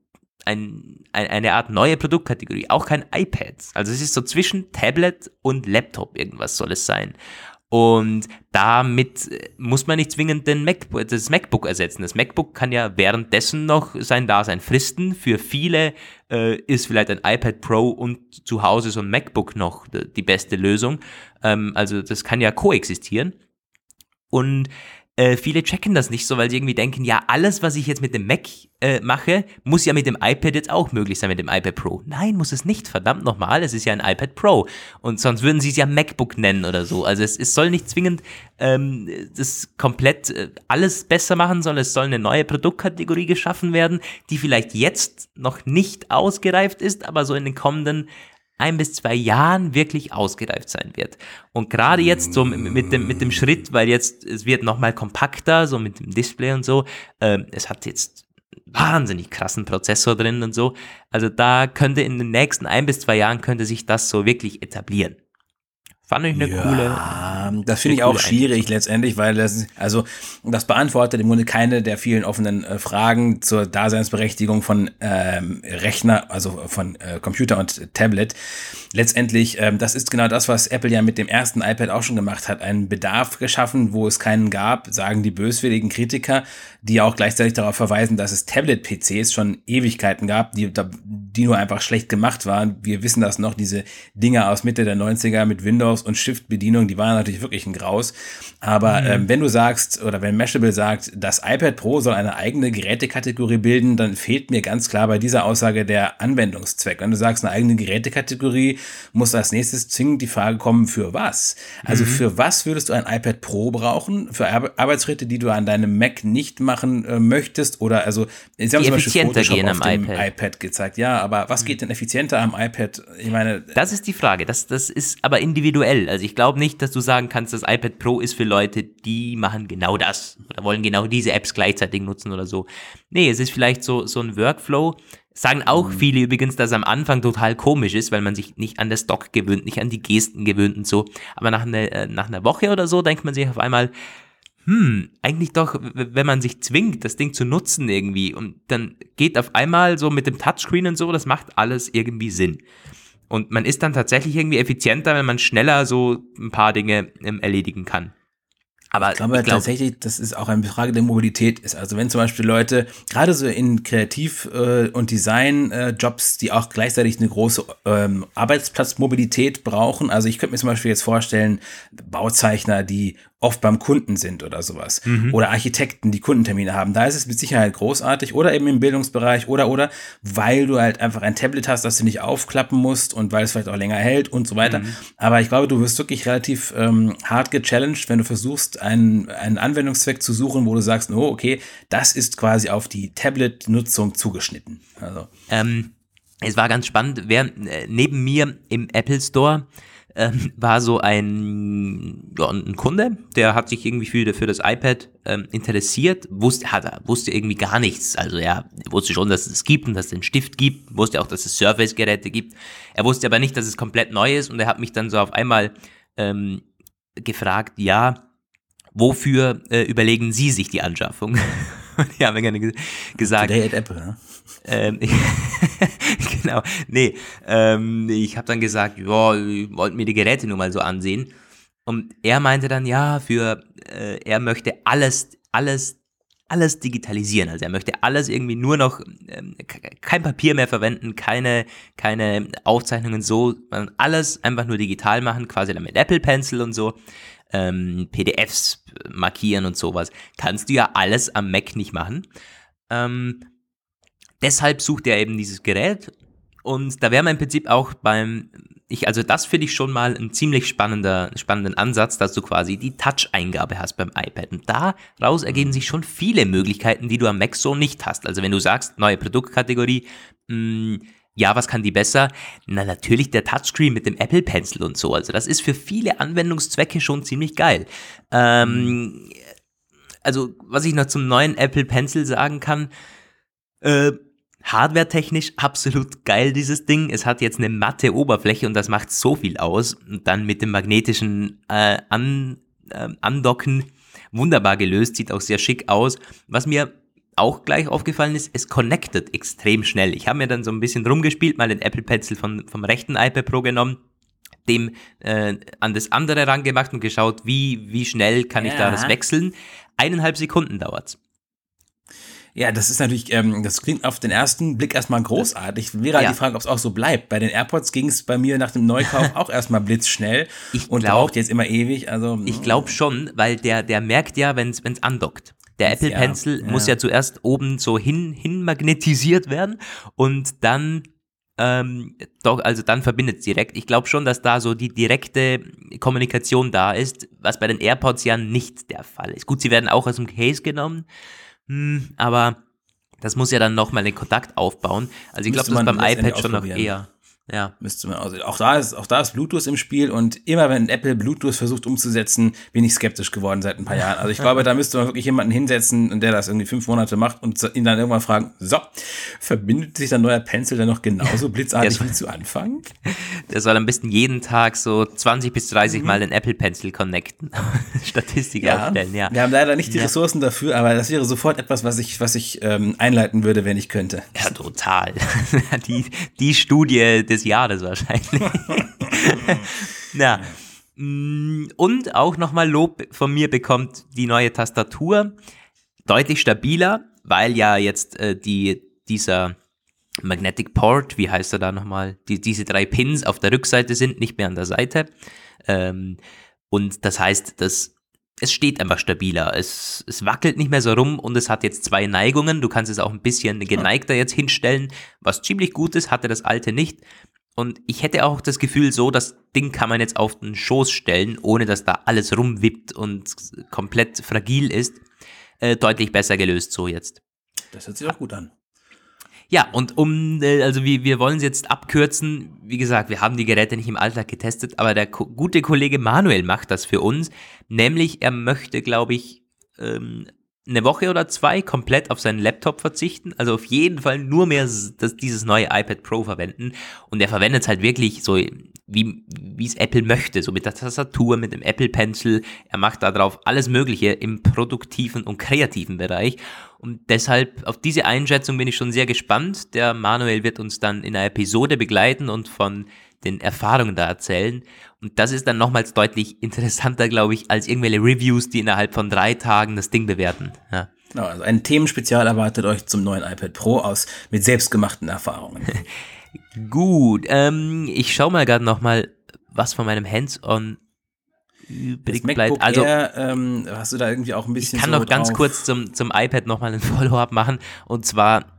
eine Art neue Produktkategorie, auch kein iPad. Also es ist so zwischen Tablet und Laptop, irgendwas soll es sein. Und damit muss man nicht zwingend das MacBook ersetzen. Das MacBook kann ja währenddessen noch sein Dasein fristen. Für viele ist vielleicht ein iPad Pro und zu Hause so ein MacBook noch die beste Lösung. Also das kann ja koexistieren. Und viele checken das nicht so, weil sie irgendwie denken, ja, alles, was ich jetzt mit dem Mac mache, muss ja mit dem iPad jetzt auch möglich sein, mit dem iPad Pro. Nein, muss es nicht, verdammt nochmal, es ist ja ein iPad Pro. Und sonst würden sie es ja MacBook nennen oder so. Also es soll nicht zwingend das komplett alles besser machen, sondern es soll eine neue Produktkategorie geschaffen werden, die vielleicht jetzt noch nicht ausgereift ist, aber so in den kommenden 1 bis 2 Jahren wirklich ausgereift sein wird. Und gerade jetzt so mit dem Schritt, weil jetzt, es wird nochmal kompakter, so mit dem Display und so, es hat jetzt wahnsinnig krassen Prozessor drin und so, also da könnte in den nächsten 1 bis 2 Jahren könnte sich das so wirklich etablieren. Fand ich eine coole. Das finde ich auch schwierig letztendlich, weil das beantwortet im Grunde keine der vielen offenen Fragen zur Daseinsberechtigung von Rechner, also von Computer und Tablet. Letztendlich, das ist genau das, was Apple ja mit dem ersten iPad auch schon gemacht hat, einen Bedarf geschaffen, wo es keinen gab, sagen die böswilligen Kritiker, die auch gleichzeitig darauf verweisen, dass es Tablet-PCs schon Ewigkeiten gab, die nur einfach schlecht gemacht waren. Wir wissen das noch, diese Dinger aus Mitte der 90er mit Windows und Shift-Bedienung, die waren natürlich wirklich ein Graus. Aber wenn du sagst, oder wenn Mashable sagt, das iPad Pro soll eine eigene Gerätekategorie bilden, dann fehlt mir ganz klar bei dieser Aussage der Anwendungszweck. Wenn du sagst, eine eigene Gerätekategorie, muss als nächstes zwingend die Frage kommen, für was? Also für was würdest du ein iPad Pro brauchen? Für Arbeitsschritte, die du an deinem Mac nicht machen möchtest? Oder also, sie haben zum Beispiel Photoshop auf dem iPad gezeigt. Ja, aber was geht denn effizienter am iPad? Ich meine, das ist die Frage. Das ist aber individuell. Also ich glaube nicht, dass du sagen kannst, das iPad Pro ist für Leute, die machen genau das oder wollen genau diese Apps gleichzeitig nutzen oder so. Nee, es ist vielleicht so ein Workflow. Sagen auch viele übrigens, dass es am Anfang total komisch ist, weil man sich nicht an das Dock gewöhnt, nicht an die Gesten gewöhnt und so. Aber nach einer Woche oder so denkt man sich auf einmal, eigentlich doch, wenn man sich zwingt, das Ding zu nutzen irgendwie und dann geht auf einmal so mit dem Touchscreen und so, das macht alles irgendwie Sinn. Und man ist dann tatsächlich irgendwie effizienter, wenn man schneller so ein paar Dinge erledigen kann. Aber ich glaube tatsächlich, dass es auch eine Frage der Mobilität ist. Also wenn zum Beispiel Leute, gerade so in Kreativ- und Design-Jobs, die auch gleichzeitig eine große Arbeitsplatzmobilität brauchen. Also ich könnte mir zum Beispiel jetzt vorstellen, Bauzeichner, die oft beim Kunden sind oder sowas. Oder Architekten, die Kundentermine haben. Da ist es mit Sicherheit großartig. Oder eben im Bildungsbereich. Oder, weil du halt einfach ein Tablet hast, das du nicht aufklappen musst und weil es vielleicht auch länger hält und so weiter. Aber ich glaube, du wirst wirklich relativ hart gechallenged, wenn du versuchst, einen Anwendungszweck zu suchen, wo du sagst, oh, okay, das ist quasi auf die Tablet-Nutzung zugeschnitten. Also. Es war ganz spannend, neben mir im Apple Store war so ein Kunde, der hat sich irgendwie für das iPad interessiert, wusste irgendwie gar nichts. Also er wusste schon, dass es gibt und dass es einen Stift gibt, wusste auch, dass es Surface-Geräte gibt. Er wusste aber nicht, dass es komplett neu ist und er hat mich dann so auf einmal gefragt, ja, wofür überlegen Sie sich die Anschaffung? Und ich habe mir gerne gesagt. Today at Apple, ne? Genau, nee, ich habe dann gesagt, ja, ich wollte mir die Geräte nur mal so ansehen. Und er meinte dann, ja, er möchte alles digitalisieren. Also er möchte alles irgendwie nur noch, kein Papier mehr verwenden, keine Aufzeichnungen so, sondern alles einfach nur digital machen, quasi dann mit Apple Pencil und so. PDFs markieren und sowas. Kannst du ja alles am Mac nicht machen. Deshalb sucht er eben dieses Gerät und da wäre man im Prinzip auch also das finde ich schon mal einen ziemlich spannenden Ansatz, dass du quasi die Touch-Eingabe hast beim iPad und daraus ergeben sich schon viele Möglichkeiten, die du am Mac so nicht hast. Also wenn du sagst, neue Produktkategorie, ja, was kann die besser? Na, natürlich der Touchscreen mit dem Apple Pencil und so. Also das ist für viele Anwendungszwecke schon ziemlich geil. Also, was ich noch zum neuen Apple Pencil sagen kann, hardwaretechnisch absolut geil, dieses Ding. Es hat jetzt eine matte Oberfläche und das macht so viel aus. Und dann mit dem magnetischen Andocken wunderbar gelöst, sieht auch sehr schick aus. Was mir auch gleich aufgefallen ist, es connectet extrem schnell. Ich habe mir dann so ein bisschen rumgespielt, mal den Apple Pencil vom rechten iPad Pro genommen, dem an das andere rangemacht und geschaut, wie schnell kann ich da das wechseln. 1,5 Sekunden dauert's. Ja, das ist natürlich, das klingt auf den ersten Blick erstmal großartig. Wäre halt die Frage, ob es auch so bleibt. Bei den AirPods ging es bei mir nach dem Neukauf auch erstmal blitzschnell und braucht jetzt immer ewig. Also ich glaube schon, weil der merkt ja, wenn es andockt. Der Apple Pencil muss ja zuerst oben so hin magnetisiert werden und dann dann verbindet es direkt. Ich glaube schon, dass da so die direkte Kommunikation da ist, was bei den AirPods ja nicht der Fall ist. Gut, sie werden auch aus dem Case genommen, aber das muss ja dann nochmal den Kontakt aufbauen. Also ich glaube, das ist beim iPad schon noch eher. Ja. Müsste man auch da ist Bluetooth im Spiel und immer wenn Apple Bluetooth versucht umzusetzen, bin ich skeptisch geworden seit ein paar Jahren. Also ich glaube, da müsste man wirklich jemanden hinsetzen und der das irgendwie 5 Monate macht und ihn dann irgendwann fragen, so, verbindet sich dein neuer Pencil dann noch genauso blitzartig wie zu Anfang? Der soll am besten jeden Tag so 20 bis 30 Mal den Apple Pencil connecten. Statistik aufstellen, ja. Wir haben leider nicht die Ressourcen dafür, aber das wäre sofort etwas, was ich einleiten würde, wenn ich könnte. Ja, total. Die Studie des Jahres wahrscheinlich. Ja. Und auch nochmal Lob von mir bekommt die neue Tastatur. Deutlich stabiler, weil ja jetzt dieser Magnetic Port, wie heißt er da nochmal, diese 3 Pins auf der Rückseite sind, nicht mehr an der Seite. Und das heißt, es steht einfach stabiler. Es wackelt nicht mehr so rum und es hat jetzt 2 Neigungen. Du kannst es auch ein bisschen geneigter jetzt hinstellen, was ziemlich gut ist, hatte das alte nicht. Und ich hätte auch das Gefühl, so das Ding kann man jetzt auf den Schoß stellen, ohne dass da alles rumwippt und komplett fragil ist. Deutlich besser gelöst so jetzt. Das hört sich auch gut an. Ja, und also wir wollen es jetzt abkürzen. Wie gesagt, wir haben die Geräte nicht im Alltag getestet, aber der gute Kollege Manuel macht das für uns. Nämlich, er möchte, glaube ich, eine Woche oder 2 komplett auf seinen Laptop verzichten. Also auf jeden Fall nur mehr dieses neue iPad Pro verwenden. Und er verwendet es halt wirklich so, wie es Apple möchte. So mit der Tastatur, mit dem Apple Pencil. Er macht da drauf alles Mögliche im produktiven und kreativen Bereich. Und deshalb, auf diese Einschätzung bin ich schon sehr gespannt. Der Manuel wird uns dann in einer Episode begleiten und von den Erfahrungen da erzählen. Und das ist dann nochmals deutlich interessanter, glaube ich, als irgendwelche Reviews, die innerhalb von 3 Tagen das Ding bewerten. Ja. Also ein Themenspezial erwartet euch zum neuen iPad Pro mit selbstgemachten Erfahrungen. Gut, ich schaue mal gerade nochmal, was von meinem Hands-on übrig bleibt. Also hast du da irgendwie auch ein bisschen ich kann so noch ganz kurz zum iPad nochmal ein Follow-up machen. Und zwar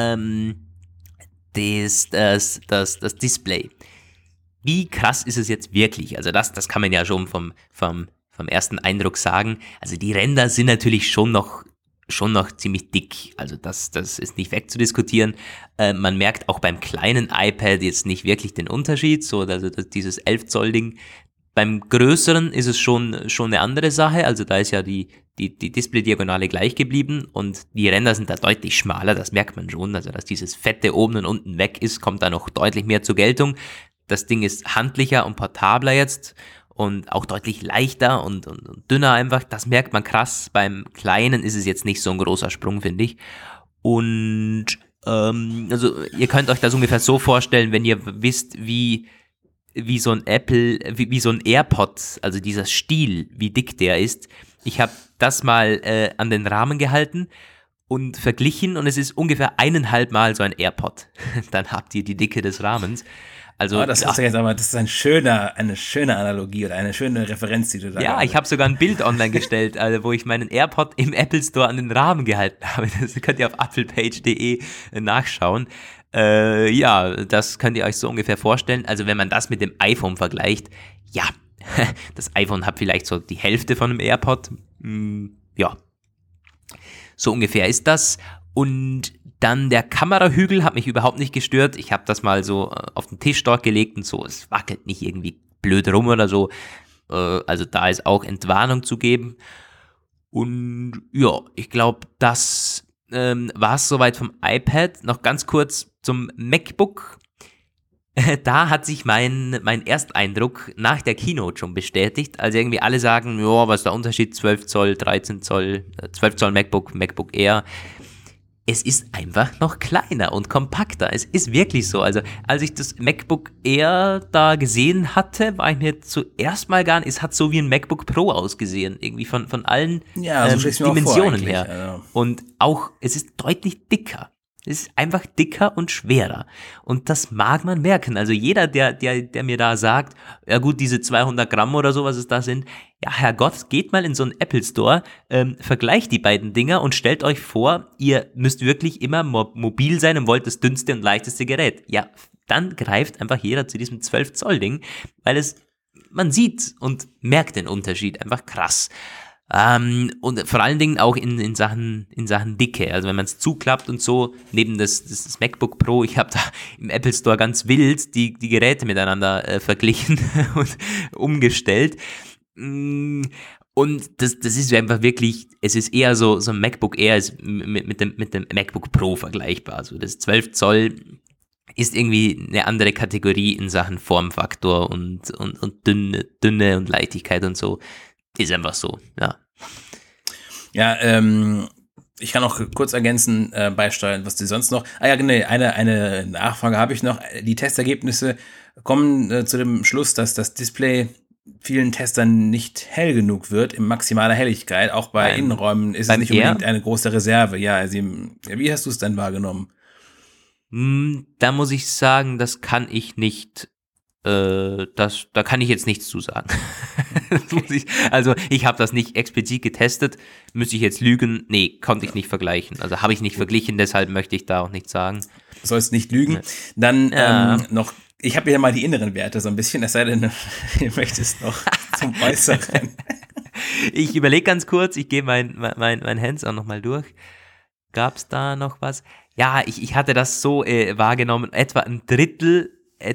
das Display. Wie krass ist es jetzt wirklich? Also das kann man ja schon vom ersten Eindruck sagen. Also die Ränder sind natürlich schon noch ziemlich dick. Also das ist nicht wegzudiskutieren. Man merkt auch beim kleinen iPad jetzt nicht wirklich den Unterschied. So, also dieses 11 Zoll Ding. Beim größeren ist es schon eine andere Sache. Also da ist ja die Display-Diagonale gleich geblieben und die Ränder sind da deutlich schmaler. Das merkt man schon. Also dass dieses Fette oben und unten weg ist, kommt da noch deutlich mehr zur Geltung. Das Ding ist handlicher und portabler jetzt und auch deutlich leichter und dünner einfach. Das merkt man krass. Beim Kleinen ist es jetzt nicht so ein großer Sprung, finde ich. Und also ihr könnt euch das ungefähr so vorstellen, wenn ihr wisst, wie so ein wie so ein AirPod, also dieser Stiel, wie dick der ist. Ich habe das mal an den Rahmen gehalten und verglichen und es ist ungefähr 1,5 Mal so ein AirPod. Dann habt ihr die Dicke des Rahmens. Also, das ist eine schöne Analogie oder eine schöne Referenz, die du da ich habe sogar ein Bild online gestellt, also, wo ich meinen AirPod im Apple Store an den Rahmen gehalten habe. Das könnt ihr auf apfelpage.de nachschauen. Das könnt ihr euch so ungefähr vorstellen. Also wenn man das mit dem iPhone vergleicht, ja, das iPhone hat vielleicht so die Hälfte von einem AirPod. Ja, so ungefähr ist das. Und dann der Kamerahügel hat mich überhaupt nicht gestört. Ich habe das mal so auf den Tisch dort gelegt und so. Es wackelt nicht irgendwie blöd rum oder so. Also da ist auch Entwarnung zu geben. Und ja, ich glaube, das war es soweit vom iPad. Noch ganz kurz zum MacBook. Da hat sich mein Ersteindruck nach der Keynote schon bestätigt. Also irgendwie alle sagen, ja, was ist der Unterschied? 12 Zoll, 13 Zoll, 12 Zoll MacBook Air. Es ist einfach noch kleiner und kompakter. Es ist wirklich so. Also als ich das MacBook Air da gesehen hatte, war ich mir zuerst mal gar nicht, es hat so wie ein MacBook Pro ausgesehen. Irgendwie von allen Dimensionen her. Ja. Und auch, es ist deutlich dicker. Es ist einfach dicker und schwerer. Und das mag man merken. Also jeder, der mir da sagt, ja gut, diese 200 Gramm oder so, was es da sind, ja Herrgott, geht mal in so einen Apple Store, vergleicht die beiden Dinger und stellt euch vor, ihr müsst wirklich immer mobil sein und wollt das dünnste und leichteste Gerät. Ja, dann greift einfach jeder zu diesem 12 Zoll Ding, weil man sieht und merkt den Unterschied einfach krass. Und vor allen Dingen auch in Sachen Dicke. Also wenn man es zuklappt und so, neben das MacBook Pro, ich habe da im Apple Store ganz wild die Geräte miteinander verglichen und umgestellt. Und das ist einfach wirklich, es ist eher so ein MacBook Air ist mit dem MacBook Pro vergleichbar. Also das 12 Zoll ist irgendwie eine andere Kategorie in Sachen Formfaktor und Dünne und Leichtigkeit und so. Ist einfach so, ja. Ja, ich kann auch kurz ergänzen, beisteuern, was die sonst noch. Ja, genau, eine Nachfrage habe ich noch. Die Testergebnisse kommen zu dem Schluss, dass das Display vielen Testern nicht hell genug wird, in maximaler Helligkeit. Auch bei Innenräumen ist es nicht unbedingt eine große Reserve. Ja, also, wie hast du es denn wahrgenommen? Da muss ich sagen, das kann ich nicht. Da kann ich jetzt nichts zu sagen. Okay. Also ich habe das nicht explizit getestet, müsste ich jetzt lügen? Nee, konnte ich nicht vergleichen. Also habe ich nicht verglichen, deshalb möchte ich da auch nichts sagen. Du sollst nicht lügen. Nee. Dann noch, ich habe ja mal die inneren Werte so ein bisschen, es sei denn, du möchtest noch zum Äußeren. Ich überlege ganz kurz, ich gehe mein Hands auch nochmal durch. Gab es da noch was? Ja, ich hatte das so wahrgenommen, etwa ein Drittel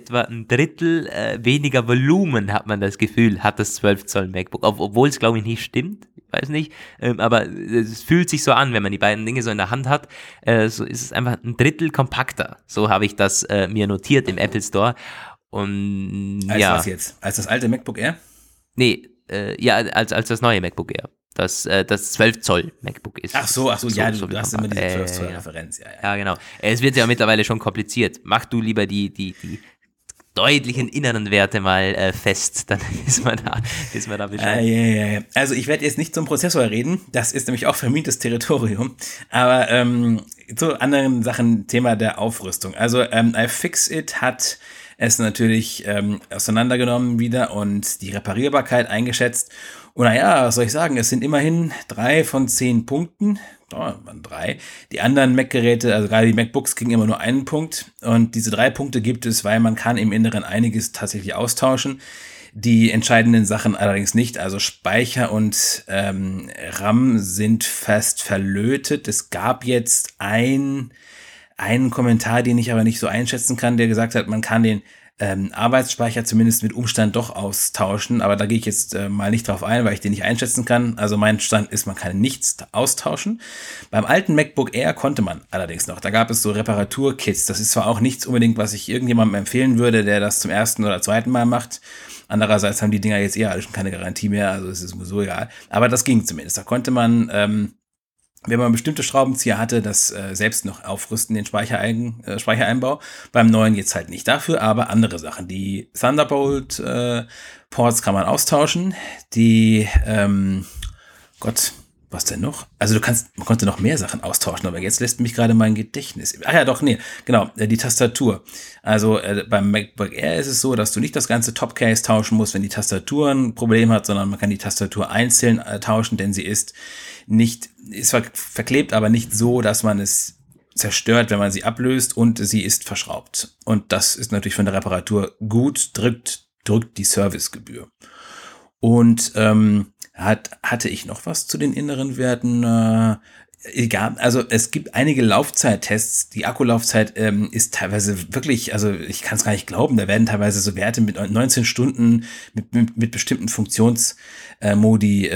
weniger Volumen, hat man das Gefühl, hat das 12 Zoll MacBook, obwohl es, glaube ich, nicht stimmt, ich weiß nicht, aber es fühlt sich so an, wenn man die beiden Dinge so in der Hand hat, so ist es einfach ein Drittel kompakter, so habe ich das mir notiert im Apple Store. Und als was jetzt? Als das alte MacBook Air? Nee, als das neue MacBook Air. Das 12 Zoll MacBook ist. Ach so, ja, du hast immer diese 12 Zoll Referenz. Ja, genau. Es wird ja mittlerweile schon kompliziert. Mach du lieber die deutlichen inneren Werte mal fest, dann ist man da Bescheid. Ja. Also ich werde jetzt nicht zum Prozessor reden, das ist nämlich auch vermintes Territorium, aber zu anderen Sachen, Thema der Aufrüstung. Also iFixit hat es natürlich auseinandergenommen wieder und die Reparierbarkeit eingeschätzt. Und naja, was soll ich sagen, es sind immerhin 3 von 10 Punkten. Waren 3. Die anderen Mac-Geräte, also gerade die MacBooks, kriegen immer nur einen Punkt. Und diese 3 Punkte gibt es, weil man kann im Inneren einiges tatsächlich austauschen. Die entscheidenden Sachen allerdings nicht. Also Speicher und RAM sind fast verlötet. Es gab jetzt einen Kommentar, den ich aber nicht so einschätzen kann, der gesagt hat, man kann den Arbeitsspeicher zumindest mit Umstand doch austauschen, aber da gehe ich jetzt mal nicht drauf ein, weil ich den nicht einschätzen kann. Also mein Stand ist, man kann nichts austauschen. Beim alten MacBook Air konnte man allerdings noch. Da gab es so Reparaturkits. Das ist zwar auch nichts unbedingt, was ich irgendjemandem empfehlen würde, der das zum ersten oder zweiten Mal macht. Andererseits haben die Dinger jetzt eher schon keine Garantie mehr, also es ist mir so egal. Aber das ging zumindest. Da konnte man wenn man bestimmte Schraubenzieher hatte, das selbst noch aufrüsten, den Speichereinbau. Beim neuen jetzt halt nicht dafür, aber andere Sachen. Die Thunderbolt-Ports kann man austauschen. Die, was denn noch? Also man konnte noch mehr Sachen austauschen, aber jetzt lässt mich gerade mein Gedächtnis. Ach ja, doch, nee, genau, die Tastatur. Also beim MacBook Air ist es so, dass du nicht das ganze Topcase tauschen musst, wenn die Tastatur ein Problem hat, sondern man kann die Tastatur einzeln tauschen, denn sie ist verklebt, aber nicht so, dass man es zerstört, wenn man sie ablöst, und sie ist verschraubt. Und das ist natürlich von der Reparatur gut, drückt die Servicegebühr. Und hatte ich noch was zu den inneren Werten? Egal, also es gibt einige Laufzeittests. Die Akkulaufzeit ist teilweise wirklich, also ich kann es gar nicht glauben, da werden teilweise so Werte mit 19 Stunden mit bestimmten Funktionsmodi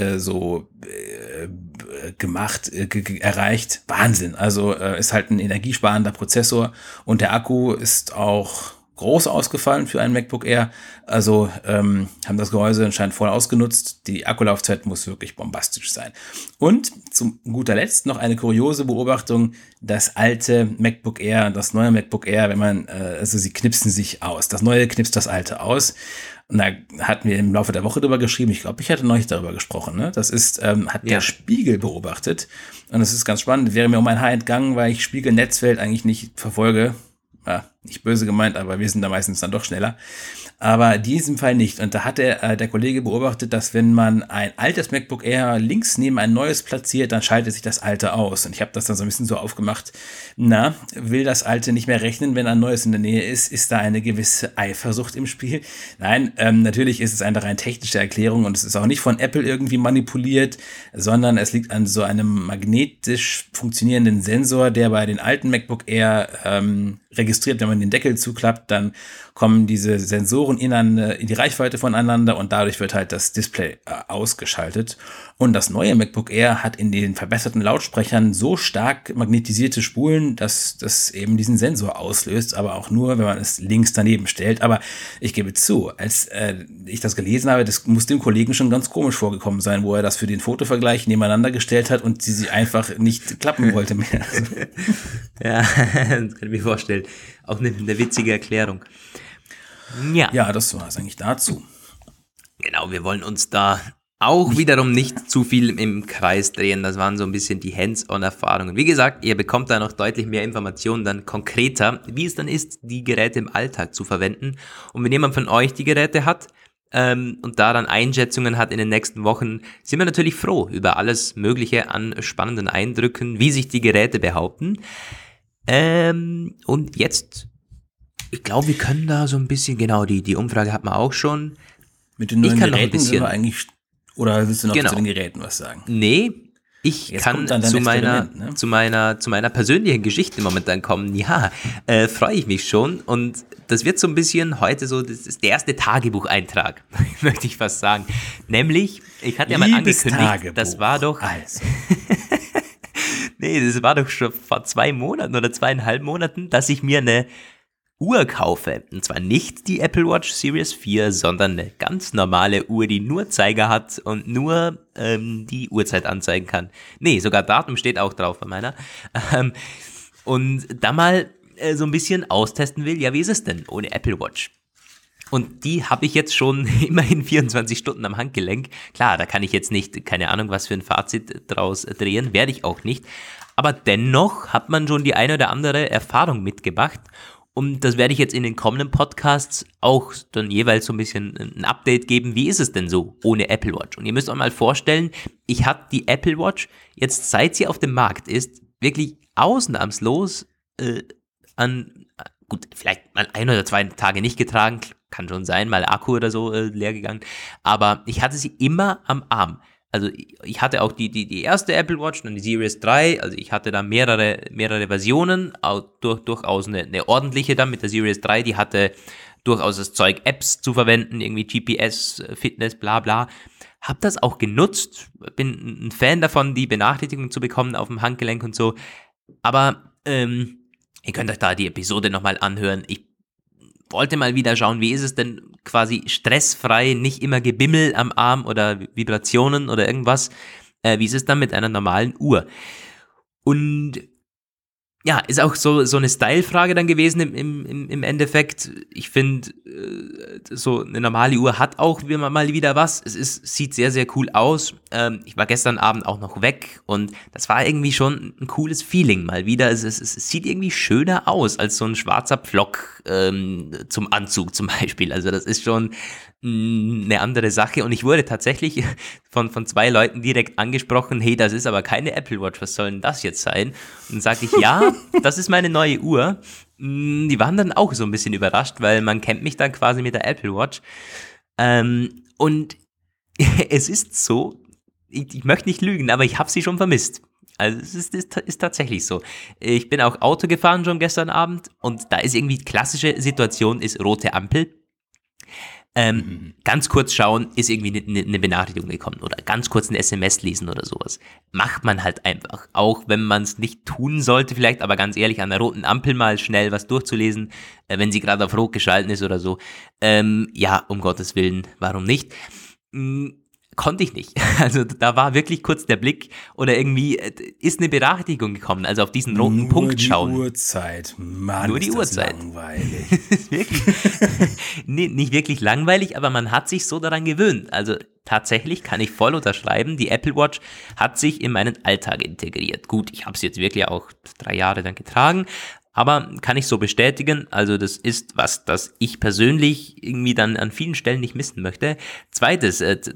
erreicht. Wahnsinn. Also ist halt ein energiesparender Prozessor und der Akku ist auch groß ausgefallen für ein MacBook Air. Also haben das Gehäuse anscheinend voll ausgenutzt. Die Akkulaufzeit muss wirklich bombastisch sein. Und zum guter Letzt noch eine kuriose Beobachtung. Das alte MacBook Air und das neue MacBook Air, sie knipsen sich aus. Das neue knipst das alte aus. Und da hatten wir im Laufe der Woche drüber geschrieben. Ich glaube, ich hatte neulich darüber gesprochen. Ne? Das ist, der Spiegel beobachtet. Und das ist ganz spannend. Wäre mir um ein Haar entgangen, weil ich Spiegel-Netzwelt eigentlich nicht verfolge. Ja, Nicht böse gemeint, aber wir sind da meistens dann doch schneller. Aber in diesem Fall nicht. Und da hat der Kollege beobachtet, dass wenn man ein altes MacBook Air links neben ein neues platziert, dann schaltet sich das alte aus. Und ich habe das dann so ein bisschen so aufgemacht. Will das alte nicht mehr rechnen, wenn ein neues in der Nähe ist? Ist da eine gewisse Eifersucht im Spiel? Nein, natürlich ist es eine rein technische Erklärung und es ist auch nicht von Apple irgendwie manipuliert, sondern es liegt an so einem magnetisch funktionierenden Sensor, der bei den alten MacBook Air registriert, wenn man den Deckel zuklappt, dann kommen diese Sensoren in die Reichweite voneinander und dadurch wird halt das Display ausgeschaltet. Und das neue MacBook Air hat in den verbesserten Lautsprechern so stark magnetisierte Spulen, dass das eben diesen Sensor auslöst, aber auch nur, wenn man es links daneben stellt. Aber ich gebe zu, als ich das gelesen habe, das muss dem Kollegen schon ganz komisch vorgekommen sein, wo er das für den Fotovergleich nebeneinander gestellt hat und sie einfach nicht klappen wollte mehr. Ja, das kann ich mir vorstellen. Auch eine witzige Erklärung. Ja, das war es eigentlich dazu. Genau, wir wollen uns da auch wiederum nicht zu viel im Kreis drehen. Das waren so ein bisschen die Hands-on-Erfahrungen. Wie gesagt, ihr bekommt da noch deutlich mehr Informationen, dann konkreter, wie es dann ist, die Geräte im Alltag zu verwenden. Und wenn jemand von euch die Geräte hat und da dann Einschätzungen hat in den nächsten Wochen, sind wir natürlich froh über alles Mögliche an spannenden Eindrücken, wie sich die Geräte behaupten. Und jetzt, ich glaube, wir können da so ein bisschen, genau, die Umfrage hat man auch schon. Mit den neuen Geräten sind wir eigentlich, oder willst du noch zu den Geräten was sagen? Nee, ich jetzt kann zu meiner persönlichen Geschichte momentan kommen. Ja, freue ich mich schon. Und das wird so ein bisschen heute so, das ist der erste Tagebucheintrag, möchte ich fast sagen. Nämlich, ich hatte ja mal angekündigt, Tagebuch. Das war doch... Also. Nee, das war doch schon vor 2 Monaten oder 2,5 Monaten, dass ich mir eine Uhr kaufe. Und zwar nicht die Apple Watch Series 4, sondern eine ganz normale Uhr, die nur Zeiger hat und nur die Uhrzeit anzeigen kann. Nee, sogar Datum steht auch drauf bei meiner. Und da mal so ein bisschen austesten will, ja, wie ist es denn ohne Apple Watch? Und die habe ich jetzt schon immerhin 24 Stunden am Handgelenk. Klar, da kann ich jetzt nicht, keine Ahnung, was für ein Fazit draus drehen, werde ich auch nicht. Aber dennoch hat man schon die eine oder andere Erfahrung mitgemacht. Und das werde ich jetzt in den kommenden Podcasts auch dann jeweils so ein bisschen ein Update geben. Wie ist es denn so ohne Apple Watch? Und ihr müsst euch mal vorstellen, ich habe die Apple Watch jetzt, seit sie auf dem Markt ist, wirklich ausnahmslos gut, vielleicht mal 1 oder 2 Tage nicht getragen, kann schon sein, mal Akku oder so leer gegangen, aber ich hatte sie immer am Arm. Also ich hatte auch die erste Apple Watch, dann die Series 3, also ich hatte da mehrere Versionen, auch durchaus eine ordentliche dann mit der Series 3, die hatte durchaus das Zeug, Apps zu verwenden, irgendwie GPS, Fitness, bla bla. Hab das auch genutzt, bin ein Fan davon, die Benachrichtigungen zu bekommen auf dem Handgelenk und so, aber ihr könnt euch da die Episode nochmal anhören. Ich wollte mal wieder schauen, wie ist es denn quasi stressfrei, nicht immer Gebimmel am Arm oder Vibrationen oder irgendwas. Wie ist es dann mit einer normalen Uhr? Und ja, ist auch so eine Style-Frage dann gewesen im Endeffekt. Ich finde, so eine normale Uhr hat auch mal wieder was. Sieht sehr, sehr cool aus. Ich war gestern Abend auch noch weg und das war irgendwie schon ein cooles Feeling mal wieder. Es sieht irgendwie schöner aus als so ein schwarzer Pflock zum Anzug zum Beispiel. Also das ist schon eine andere Sache und ich wurde tatsächlich von 2 Leuten direkt angesprochen, hey, das ist aber keine Apple Watch, was soll denn das jetzt sein? Und dann sage ich, ja, das ist meine neue Uhr. Die waren dann auch so ein bisschen überrascht, weil man kennt mich dann quasi mit der Apple Watch. Und es ist so, ich möchte nicht lügen, aber ich habe sie schon vermisst. Also es ist tatsächlich so. Ich bin auch Auto gefahren schon gestern Abend und da ist irgendwie klassische Situation, ist rote Ampel. Ganz kurz schauen, ist irgendwie eine Benachrichtigung gekommen oder ganz kurz ein SMS lesen oder sowas. Macht man halt einfach, auch wenn man es nicht tun sollte vielleicht, aber ganz ehrlich, an der roten Ampel mal schnell was durchzulesen, wenn sie gerade auf Rot geschalten ist oder so. Ja, um Gottes Willen, warum nicht? Konnte ich nicht. Also da war wirklich kurz der Blick oder irgendwie ist eine Benachrichtigung gekommen, also auf diesen roten Punkt schauen. Nur die Uhrzeit, Mann, nur die Uhrzeit. Langweilig. Wirklich, nicht wirklich langweilig, aber man hat sich so daran gewöhnt. Also tatsächlich kann ich voll unterschreiben, die Apple Watch hat sich in meinen Alltag integriert. Gut, ich habe sie jetzt wirklich auch 3 Jahre dann getragen, Aber kann ich so bestätigen, also das ist was, das ich persönlich irgendwie dann an vielen Stellen nicht missen möchte. Zweite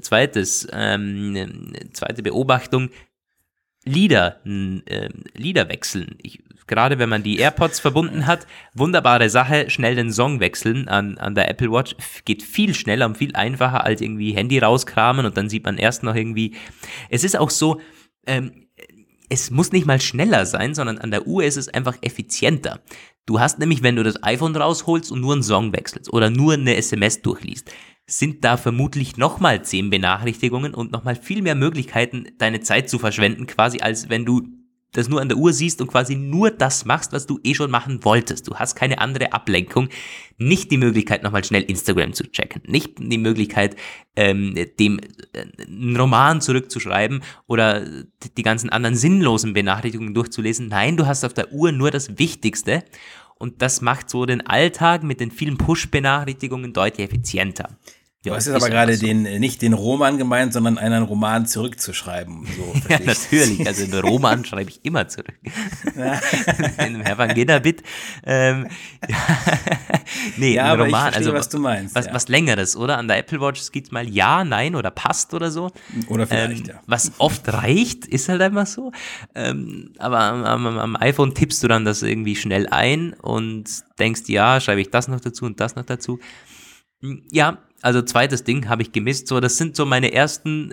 Beobachtung, Lieder wechseln. Gerade wenn man die AirPods verbunden hat, wunderbare Sache, schnell den Song wechseln an der Apple Watch, geht viel schneller und viel einfacher als irgendwie Handy rauskramen und dann sieht man erst noch irgendwie, es ist auch so, es muss nicht mal schneller sein, sondern an der Uhr ist es einfach effizienter. Du hast nämlich, wenn du das iPhone rausholst und nur einen Song wechselst oder nur eine SMS durchliest, sind da vermutlich nochmal 10 Benachrichtigungen und nochmal viel mehr Möglichkeiten, deine Zeit zu verschwenden, quasi als wenn du das nur an der Uhr siehst und quasi nur das machst, was du schon machen wolltest. Du hast keine andere Ablenkung, nicht die Möglichkeit, nochmal schnell Instagram zu checken, nicht die Möglichkeit, dem einen Roman zurückzuschreiben oder die ganzen anderen sinnlosen Benachrichtigungen durchzulesen. Nein, du hast auf der Uhr nur das Wichtigste und das macht so den Alltag mit den vielen Push-Benachrichtigungen deutlich effizienter. Du hast jetzt aber gerade so nicht den Roman gemeint, sondern einen Roman zurückzuschreiben. So, ja, natürlich. Also den Roman schreibe ich immer zurück. In Herr van Genabit. Einen aber Roman. Ich verstehe, was du meinst. Was Längeres, oder? An der Apple Watch gibt es mal ja, nein oder passt oder so. Oder vielleicht, was oft reicht, ist halt einfach so. Aber am iPhone tippst du dann das irgendwie schnell ein und denkst, ja, schreibe ich das noch dazu und das noch dazu. Ja, also zweites Ding habe ich gemisst. So, das sind so meine ersten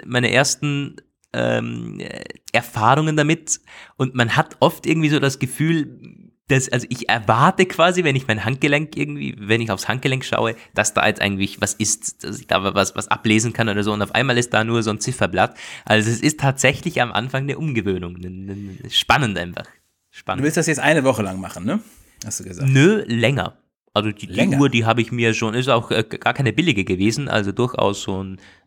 Erfahrungen damit. Und man hat oft irgendwie so das Gefühl, also ich erwarte quasi, wenn ich aufs Handgelenk schaue, dass da jetzt eigentlich was ist, dass ich da was ablesen kann oder so. Und auf einmal ist da nur so ein Zifferblatt. Also es ist tatsächlich am Anfang eine Umgewöhnung. Spannend einfach. Spannend. Du willst das jetzt eine Woche lang machen, ne? Hast du gesagt? Nö, länger. Also die Uhr, die habe ich mir schon, ist auch gar keine billige gewesen, also durchaus so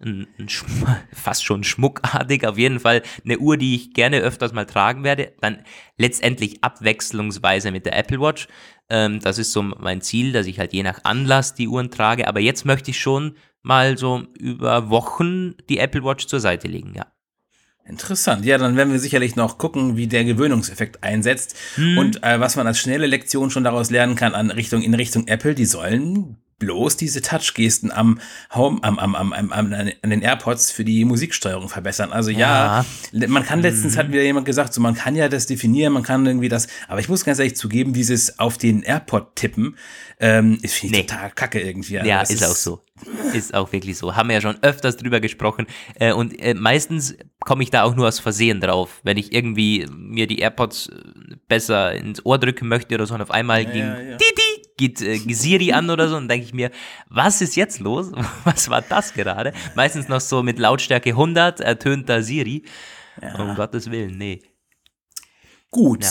fast schon schmuckartig, auf jeden Fall eine Uhr, die ich gerne öfters mal tragen werde, dann letztendlich abwechslungsweise mit der Apple Watch. Das ist so mein Ziel, dass ich halt je nach Anlass die Uhren trage, aber jetzt möchte ich schon mal so über Wochen die Apple Watch zur Seite legen, ja. Interessant. Ja, dann werden wir sicherlich noch gucken, wie der Gewöhnungseffekt einsetzt und was man als schnelle Lektion schon daraus lernen kann in Richtung Apple. Die sollen bloß diese Touch-Gesten am Home, an den AirPods für die Musiksteuerung verbessern. Also ja, man kann hat wieder jemand gesagt, so man kann ja das definieren, man kann irgendwie das, aber ich muss ganz ehrlich zugeben, dieses auf den AirPod tippen, finde ich total kacke irgendwie. Ja, ist auch so. Ist auch wirklich so. Haben wir ja schon öfters drüber gesprochen. Und meistens komme ich da auch nur aus Versehen drauf. Wenn ich irgendwie mir die AirPods besser ins Ohr drücken möchte oder so und auf einmal geht Siri an oder so und denke ich mir, was ist jetzt los? Was war das gerade? Meistens noch so mit Lautstärke 100 ertönt da Siri. Ja. Um Gottes Willen, nee. Gut. Ja.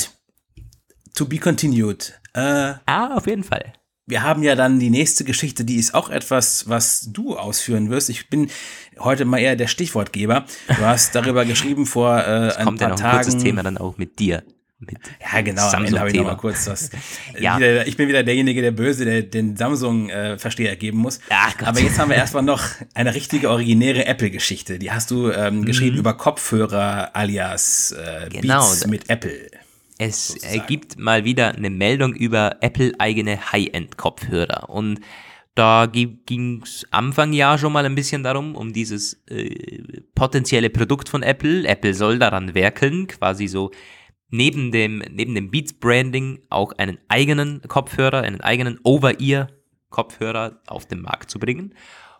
To be continued. Auf jeden Fall. Wir haben ja dann die nächste Geschichte, die ist auch etwas, was du ausführen wirst. Ich bin heute mal eher der Stichwortgeber. Du hast darüber geschrieben vor ein paar Tagen. Kommt ja noch ein kurzes Thema dann auch mit dir. Ja, genau, am Ende habe ich noch mal kurz das. Ich bin wieder derjenige, der Böse, der den Samsung-Versteher geben muss. Aber jetzt haben wir erstmal noch eine richtige, originäre Apple-Geschichte. Die hast du geschrieben über Kopfhörer alias Beats mit Apple. Es gibt mal wieder eine Meldung über Apple-eigene High-End-Kopfhörer und da ging es Anfang Jahr schon mal ein bisschen darum, um dieses potenzielle Produkt von Apple. Apple soll daran werkeln, quasi so neben dem Beats-Branding auch einen eigenen Kopfhörer, einen eigenen Over-Ear-Kopfhörer auf den Markt zu bringen.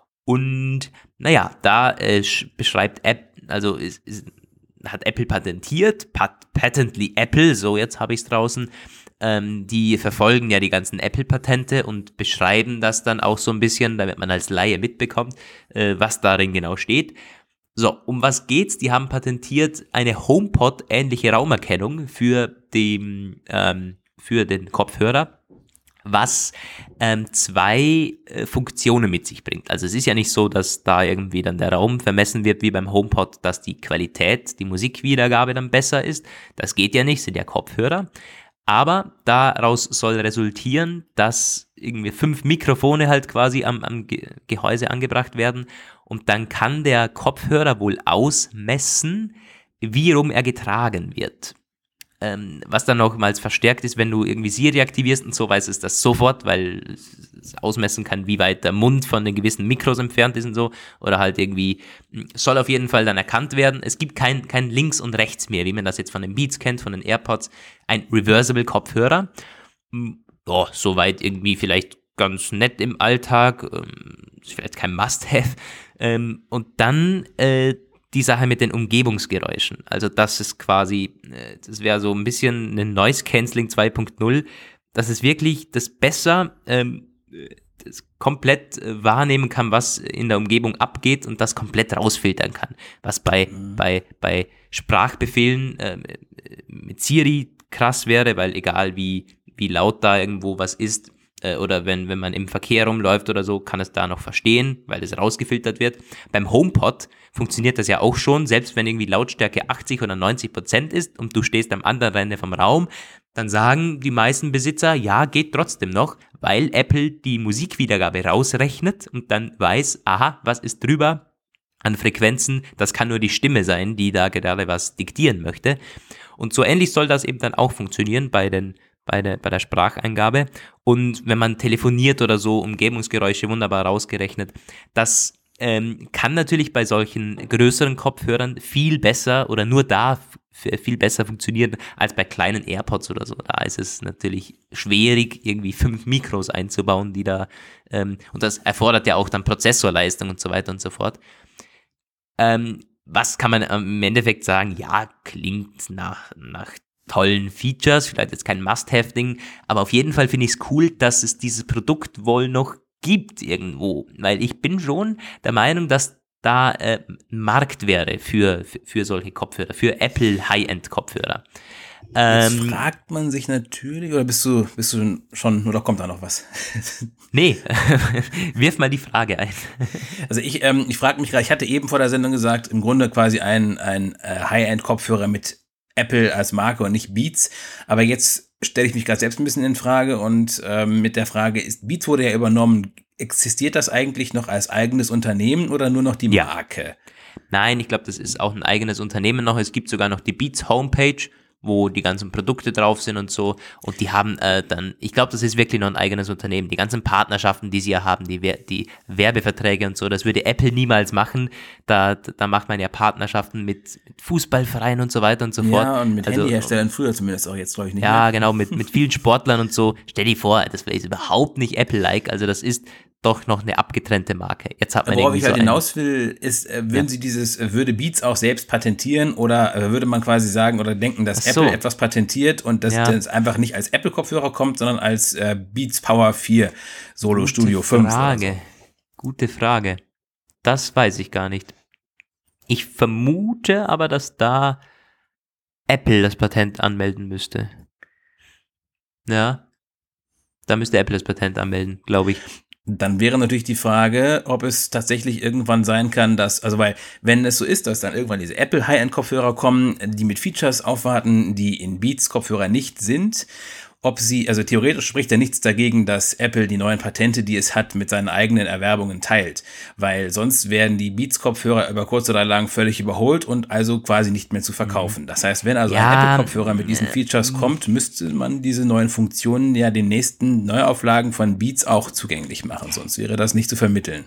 Und naja, da beschreibt Apple, also hat Apple patentiert, Patently Apple, so jetzt habe ich es draußen, die verfolgen ja die ganzen Apple-Patente und beschreiben das dann auch so ein bisschen, damit man als Laie mitbekommt, was darin genau steht. So, um was geht's? Die haben patentiert eine HomePod-ähnliche Raumerkennung für den Kopfhörer, was 2 Funktionen mit sich bringt. Also es ist ja nicht so, dass da irgendwie dann der Raum vermessen wird wie beim HomePod, dass die Qualität, die Musikwiedergabe dann besser ist. Das geht ja nicht, sind ja Kopfhörer. Aber daraus soll resultieren, dass irgendwie 5 Mikrofone halt quasi am Gehäuse angebracht werden und dann kann der Kopfhörer wohl ausmessen, wie rum er getragen wird. was dann nochmals verstärkt ist, wenn du irgendwie Siri aktivierst und so, weiß es das sofort, weil es ausmessen kann, wie weit der Mund von den gewissen Mikros entfernt ist und so, oder halt irgendwie, soll auf jeden Fall dann erkannt werden. Es gibt kein Links und Rechts mehr, wie man das jetzt von den Beats kennt, von den AirPods, ein Reversible Kopfhörer. Ja, soweit irgendwie vielleicht ganz nett im Alltag, ist vielleicht kein Must-Have. Und dann die Sache mit den Umgebungsgeräuschen. Also das ist quasi, das wäre so ein bisschen eine Noise Cancelling 2.0. Das ist wirklich das besser das komplett wahrnehmen kann, was in der Umgebung abgeht und das komplett rausfiltern kann. Was bei Sprachbefehlen mit Siri krass wäre, weil egal wie laut da irgendwo was ist, oder wenn man im Verkehr rumläuft oder so, kann es da noch verstehen, weil es rausgefiltert wird. Beim HomePod funktioniert das ja auch schon, selbst wenn irgendwie Lautstärke 80 oder 90% ist und du stehst am anderen Ende vom Raum, dann sagen die meisten Besitzer, ja, geht trotzdem noch, weil Apple die Musikwiedergabe rausrechnet und dann weiß, aha, was ist drüber an Frequenzen, das kann nur die Stimme sein, die da gerade was diktieren möchte. Und so ähnlich soll das eben dann auch funktionieren bei der Spracheingabe. Und wenn man telefoniert oder so, Umgebungsgeräusche wunderbar rausgerechnet. Das kann natürlich bei solchen größeren Kopfhörern viel besser oder nur da viel besser funktionieren als bei kleinen AirPods oder so. Da ist es natürlich schwierig, irgendwie 5 Mikros einzubauen, die da, und das erfordert ja auch dann Prozessorleistung und so weiter und so fort. Was kann man im Endeffekt sagen? Ja, klingt nach tollen Features, vielleicht jetzt kein Must-Have-Ding, aber auf jeden Fall finde ich es cool, dass es dieses Produkt wohl noch gibt irgendwo, weil ich bin schon der Meinung, dass da ein Markt wäre für solche Kopfhörer, für Apple High-End-Kopfhörer. Jetzt fragt man sich natürlich, oder bist du schon, oder kommt da noch was? Nee, wirf mal die Frage ein. Also ich frage mich gerade, ich hatte eben vor der Sendung gesagt, im Grunde quasi ein High-End-Kopfhörer mit Apple als Marke und nicht Beats, aber jetzt stelle ich mich gerade selbst ein bisschen in Frage und mit der Frage, Beats wurde ja übernommen, existiert das eigentlich noch als eigenes Unternehmen oder nur noch die Marke? Nein, ich glaube, das ist auch ein eigenes Unternehmen noch, es gibt sogar noch die Beats Homepage, wo die ganzen Produkte drauf sind und so. Und die haben dann, ich glaube, das ist wirklich noch ein eigenes Unternehmen. Die ganzen Partnerschaften, die sie ja haben, die Werbeverträge und so, das würde Apple niemals machen. Da macht man ja Partnerschaften mit Fußballvereinen und so weiter und so fort. Ja, und mit Handyherstellern früher zumindest auch, jetzt glaube ich nicht ja, mehr. Genau, mit vielen Sportlern und so. Stell dir vor, das ist überhaupt nicht Apple-like. Also das ist doch noch eine abgetrennte Marke. Jetzt hat man worauf ich halt hinaus will, ist, würden Sie würde Beats auch selbst patentieren oder würde man quasi sagen oder denken, dass Apple etwas patentiert und dass das einfach nicht als Apple-Kopfhörer kommt, sondern als Beats Power 4 Solo Studio 5? Gute Frage. Das weiß ich gar nicht. Ich vermute aber, dass da Apple das Patent anmelden müsste. Ja, da müsste Apple das Patent anmelden, glaube ich. Dann wäre natürlich die Frage, ob es tatsächlich irgendwann sein kann, weil wenn es so ist, dass dann irgendwann diese Apple High-End-Kopfhörer kommen, die mit Features aufwarten, die in Beats-Kopfhörer nicht sind, also theoretisch spricht ja nichts dagegen, dass Apple die neuen Patente, die es hat, mit seinen eigenen Erwerbungen teilt, weil sonst werden die Beats-Kopfhörer über kurz oder lang völlig überholt und also quasi nicht mehr zu verkaufen. Das heißt, wenn also ein Apple-Kopfhörer mit diesen Features kommt, müsste man diese neuen Funktionen ja den nächsten Neuauflagen von Beats auch zugänglich machen, sonst wäre das nicht zu vermitteln.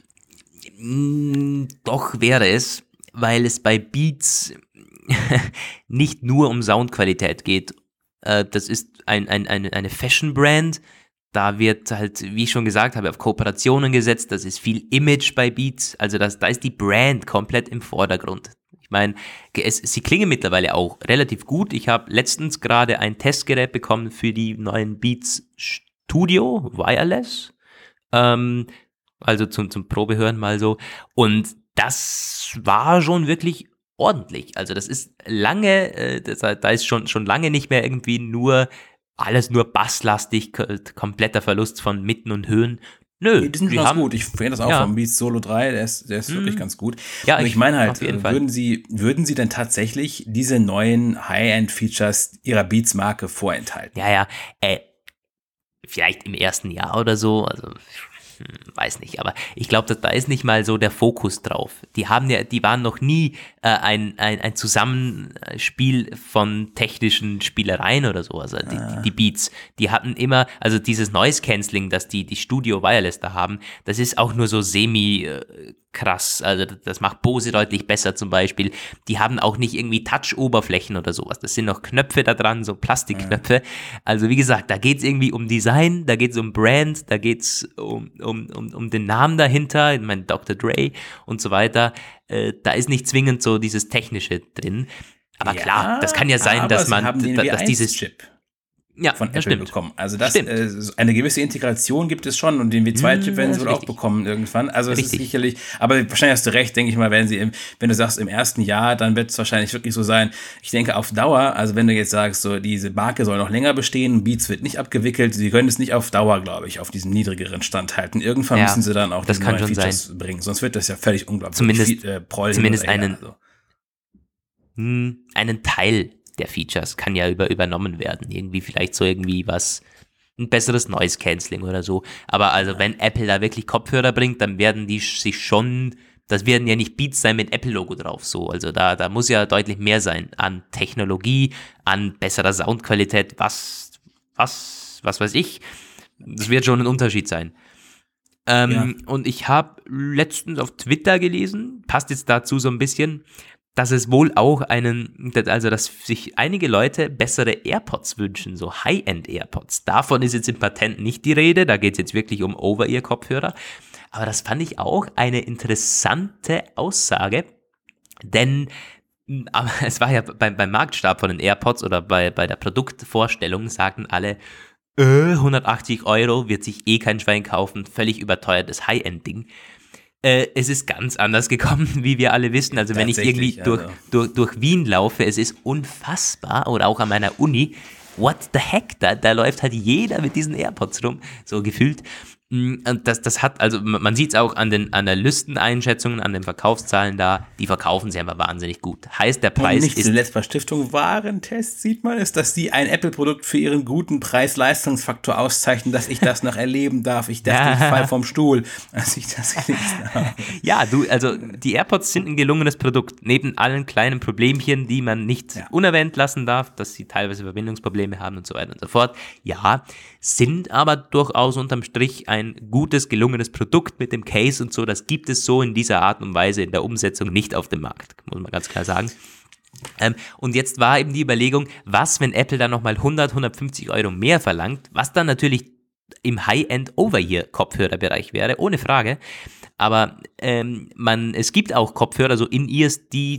Doch wäre es, weil es bei Beats nicht nur um Soundqualität geht. Das ist eine Fashion-Brand, da wird halt, wie ich schon gesagt habe, auf Kooperationen gesetzt, das ist viel Image bei Beats, also da ist die Brand komplett im Vordergrund. Ich meine, sie klingen mittlerweile auch relativ gut. Ich habe letztens gerade ein Testgerät bekommen für die neuen Beats Studio Wireless, also zum Probehören mal so, und das war schon wirklich ordentlich. Also das ist lange, da ist schon lange nicht mehr irgendwie alles nur basslastig, kompletter Verlust von Mitten und Höhen. Nö. Die sind schon ganz gut. Ich finde das auch vom Beats Solo 3, der ist wirklich ganz gut. Ja, ich meine halt, würden Sie denn tatsächlich diese neuen High-End-Features Ihrer Beats-Marke vorenthalten? Ja, vielleicht im ersten Jahr oder so, also weiß nicht, aber ich glaube, da ist nicht mal so der Fokus drauf. Die waren noch nie ein Zusammenspiel von technischen Spielereien oder so, also die Beats. Die hatten immer, also dieses Noise Cancelling, das die Studio Wireless da haben, das ist auch nur so semi krass, also das macht Bose deutlich besser zum Beispiel. Die haben auch nicht irgendwie Touch-Oberflächen oder sowas, das sind noch Knöpfe da dran, so Plastikknöpfe. Also wie gesagt, da geht's irgendwie um Design, da geht's um Brand, da geht's um den Namen dahinter, ich meine Dr. Dre und so weiter. Da ist nicht zwingend so dieses Technische drin. Aber klar, das kann ja sein, dass dieses Chip ja, von Apple stimmt. bekommen. Also eine gewisse Integration gibt es schon und den W2-Chip werden sie wohl auch bekommen irgendwann. Also es ist sicherlich, aber wahrscheinlich hast du recht, denke ich mal, wenn du sagst im ersten Jahr, dann wird es wahrscheinlich wirklich so sein. Ich denke auf Dauer, also wenn du jetzt sagst, so diese Marke soll noch länger bestehen, Beats wird nicht abgewickelt, sie können es nicht auf Dauer, glaube ich, auf diesem niedrigeren Stand halten. Irgendwann müssen sie dann auch diese neuen Features bringen, sonst wird das ja völlig unglaublich. Zumindest einen Teil der Features kann ja übernommen werden. Irgendwie vielleicht so ein besseres Noise Cancelling oder so. Aber also wenn Apple da wirklich Kopfhörer bringt, dann werden die sich schon, das werden ja nicht Beats sein mit Apple-Logo drauf, so. Also da muss ja deutlich mehr sein an Technologie, an besserer Soundqualität, was weiß ich. Das wird schon ein Unterschied sein. Und ich habe letztens auf Twitter gelesen, passt jetzt dazu so ein bisschen, dass es wohl auch dass sich einige Leute bessere AirPods wünschen, so High-End AirPods. Davon ist jetzt im Patent nicht die Rede, da geht es jetzt wirklich um Over-Ear-Kopfhörer. Aber das fand ich auch eine interessante Aussage, denn aber es war ja beim Marktstart von den AirPods oder bei der Produktvorstellung sagten alle, 180 € wird sich kein Schwein kaufen, völlig überteuertes High-End-Ding. Es ist ganz anders gekommen, wie wir alle wissen. Also wenn ich irgendwie durch Wien laufe, es ist unfassbar. Oder auch an meiner Uni, what the heck, da läuft halt jeder mit diesen AirPods rum, so gefühlt. Und das hat, also man sieht es auch an der Listeneinschätzungen, an den Verkaufszahlen da, die verkaufen sie einfach wahnsinnig gut. Heißt, der Preis ist... Zuletzt bei Stiftung Warentest sieht man es, dass sie ein Apple-Produkt für ihren guten Preis-Leistungsfaktor auszeichnen, dass ich das noch erleben darf. Ich dachte, ich fall vom Stuhl, als ich das gelesen habe. Ja, also die AirPods sind ein gelungenes Produkt, neben allen kleinen Problemchen, die man nicht unerwähnt lassen darf, dass sie teilweise Verbindungsprobleme haben und so weiter und so fort. Ja, sind aber durchaus unterm Strich ein gutes, gelungenes Produkt mit dem Case und so, das gibt es so in dieser Art und Weise in der Umsetzung nicht auf dem Markt, muss man ganz klar sagen. Und jetzt war eben die Überlegung, was, wenn Apple dann nochmal 150 € mehr verlangt, was dann natürlich im High-End Over-Ear-Kopfhörerbereich wäre, ohne Frage. Aber es gibt auch Kopfhörer, so In-Ears, die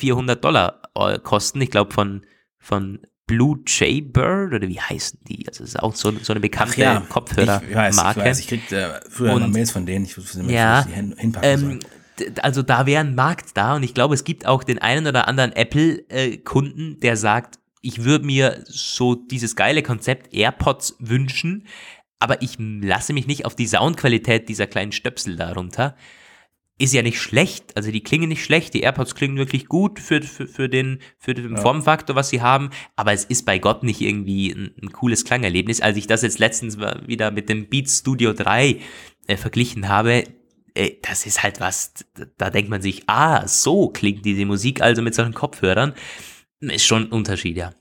$300-400 kosten, ich glaube von Blue Jaybird oder wie heißen die? Also das ist auch so eine bekannte Kopfhörermarke. Ich kriegte früher immer Mails von denen, ich wusste nicht, die hinpacken soll. Also da wäre ein Markt da und ich glaube, es gibt auch den einen oder anderen Apple-Kunden, der sagt, ich würde mir so dieses geile Konzept AirPods wünschen, aber ich lasse mich nicht auf die Soundqualität dieser kleinen Stöpsel darunter. Ist ja nicht schlecht, also die klingen nicht schlecht, die AirPods klingen wirklich gut für den Formfaktor, was sie haben, aber es ist bei Gott nicht irgendwie ein cooles Klangerlebnis. Als ich das jetzt letztens wieder mit dem Beats Studio 3 verglichen habe, das ist halt was, da denkt man sich, so klingt diese Musik also mit solchen Kopfhörern, ist schon ein Unterschied, ja.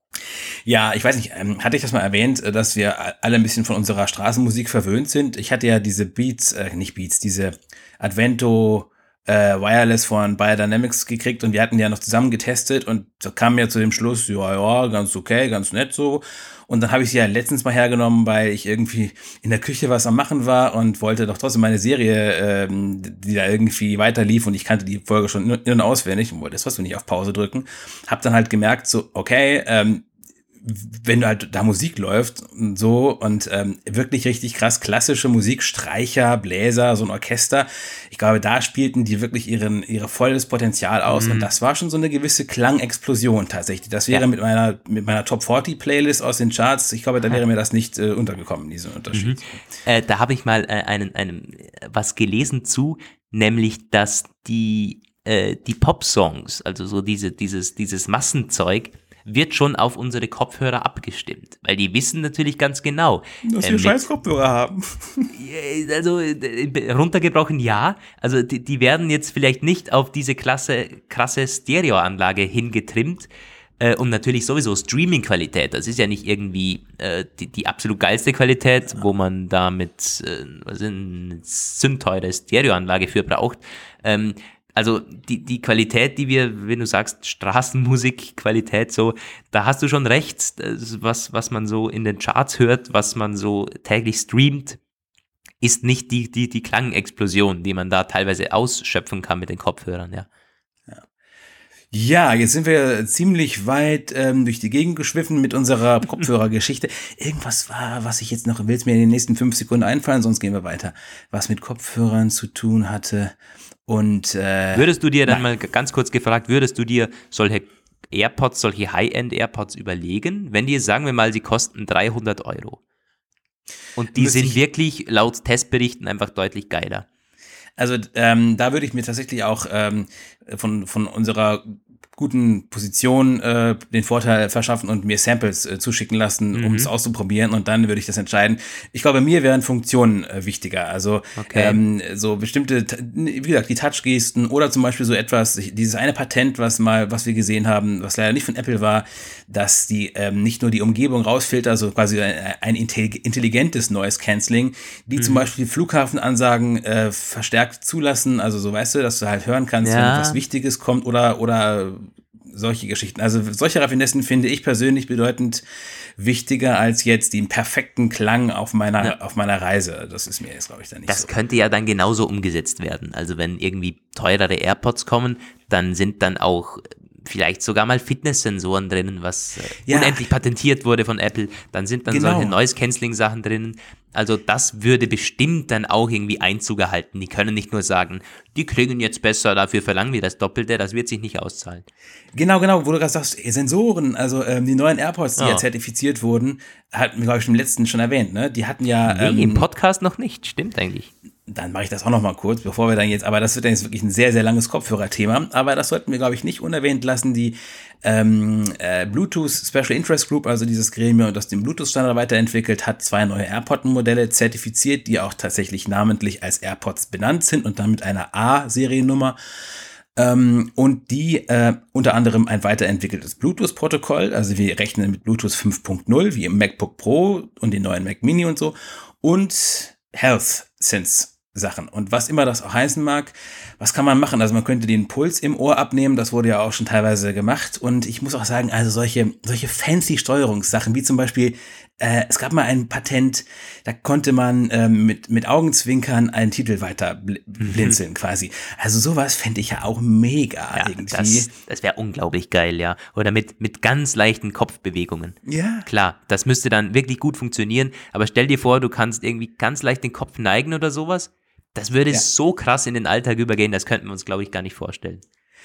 Ja, ich weiß nicht, hatte ich das mal erwähnt, dass wir alle ein bisschen von unserer Straßenmusik verwöhnt sind? Ich hatte ja diese diese Advento Wireless von Biodynamics gekriegt und wir hatten ja noch zusammen getestet und da kam ja zu dem Schluss, ja, ganz okay, ganz nett so. Und dann habe ich sie ja letztens mal hergenommen, weil ich irgendwie in der Küche was am Machen war und wollte doch trotzdem meine Serie, die da irgendwie weiter lief und ich kannte die Folge schon in- und auswendig und wollte das was nicht auf Pause drücken. Hab dann halt gemerkt, so, okay, wenn halt da Musik läuft und so und wirklich richtig krass klassische Musik, Streicher, Bläser, so ein Orchester, ich glaube, da spielten die wirklich ihr volles Potenzial aus und das war schon so eine gewisse Klangexplosion tatsächlich. Das wäre mit meiner Top 40 Playlist aus den Charts, ich glaube, da wäre mir das nicht untergekommen, diesen Unterschied. Da habe ich mal was gelesen zu, nämlich, dass die Pop-Songs, also so dieses Massenzeug, wird schon auf unsere Kopfhörer abgestimmt, weil die wissen natürlich ganz genau, dass wir scheiß Kopfhörer haben. Also runtergebrochen ja, also die werden jetzt vielleicht nicht auf diese krasse Stereoanlage hingetrimmt, und natürlich sowieso Streaming-Qualität, das ist ja nicht irgendwie die absolut geilste Qualität, wo man da mit eine sündteure Stereoanlage für braucht. Also die Qualität, die wir, wenn du sagst Straßenmusik-Qualität, so, da hast du schon recht, was man so in den Charts hört, was man so täglich streamt, ist nicht die Klangexplosion, die man da teilweise ausschöpfen kann mit den Kopfhörern, ja. Ja, jetzt sind wir ziemlich weit durch die Gegend geschwiffen mit unserer Kopfhörergeschichte. Irgendwas war, was ich jetzt noch, will es mir in den nächsten 5 Sekunden einfallen, sonst gehen wir weiter. Was mit Kopfhörern zu tun hatte und würdest du dir dann mal ganz kurz gefragt, würdest du dir solche AirPods, solche High-End-AirPods überlegen, wenn die, sagen wir mal, sie kosten 300 Euro und die sind wirklich laut Testberichten einfach deutlich geiler? Also da würde ich mir tatsächlich auch von unserer guten Position den Vorteil verschaffen und mir Samples zuschicken lassen, um es auszuprobieren, und dann würde ich das entscheiden. Ich glaube, mir wären Funktionen wichtiger, also so bestimmte, wie gesagt, die Touch-Gesten oder zum Beispiel so etwas, dieses eine Patent, was wir gesehen haben, was leider nicht von Apple war, dass die nicht nur die Umgebung rausfiltern, so quasi ein intelligentes Noise-Canceling, die zum Beispiel Flughafenansagen verstärkt zulassen, also so, weißt du, dass du halt hören kannst, wenn was Wichtiges kommt oder solche Geschichten. Also solche Raffinessen finde ich persönlich bedeutend wichtiger als jetzt den perfekten Klang auf meiner Reise. Das ist mir jetzt, glaube ich, dann nicht so. Das könnte ja dann genauso umgesetzt werden. Also wenn irgendwie teurere AirPods kommen, dann sind dann auch vielleicht sogar mal Fitnesssensoren drinnen, was unendlich patentiert wurde von Apple. Dann sind dann solche Noise-Canceling-Sachen drinnen. Also das würde bestimmt dann auch irgendwie Einzug erhalten. Die können nicht nur sagen, die klingen jetzt besser, dafür verlangen wir das Doppelte. Das wird sich nicht auszahlen. Genau, wo du gerade sagst, Sensoren, also die neuen AirPods, die ja zertifiziert wurden, hatten wir, glaube ich, im letzten schon erwähnt, ne? Die hatten ja... Nee, im Podcast noch nicht, stimmt eigentlich. Dann mache ich das auch noch mal kurz, bevor wir dann jetzt, aber das wird dann jetzt wirklich ein sehr, sehr langes Kopfhörerthema, aber das sollten wir, glaube ich, nicht unerwähnt lassen. Die Bluetooth Special Interest Group, also dieses Gremium, das den Bluetooth-Standard weiterentwickelt, hat 2 neue AirPod-Modelle zertifiziert, die auch tatsächlich namentlich als AirPods benannt sind und dann mit einer A-Seriennummer. Und die unter anderem ein weiterentwickeltes Bluetooth-Protokoll, also wir rechnen mit Bluetooth 5.0, wie im MacBook Pro und den neuen Mac Mini und so, und Health Sense Sachen. Und was immer das auch heißen mag, was kann man machen? Also man könnte den Puls im Ohr abnehmen, das wurde ja auch schon teilweise gemacht. Und ich muss auch sagen, also solche fancy Steuerungssachen, wie zum Beispiel, es gab mal ein Patent, da konnte man mit Augenzwinkern einen Titel weiter blinzeln quasi. Also sowas fände ich ja auch mega irgendwie. Das wäre unglaublich geil, ja. Oder mit ganz leichten Kopfbewegungen. Ja. Klar, das müsste dann wirklich gut funktionieren, aber stell dir vor, du kannst irgendwie ganz leicht den Kopf neigen oder sowas. Das würde so krass in den Alltag übergehen, das könnten wir uns, glaube ich, gar nicht vorstellen.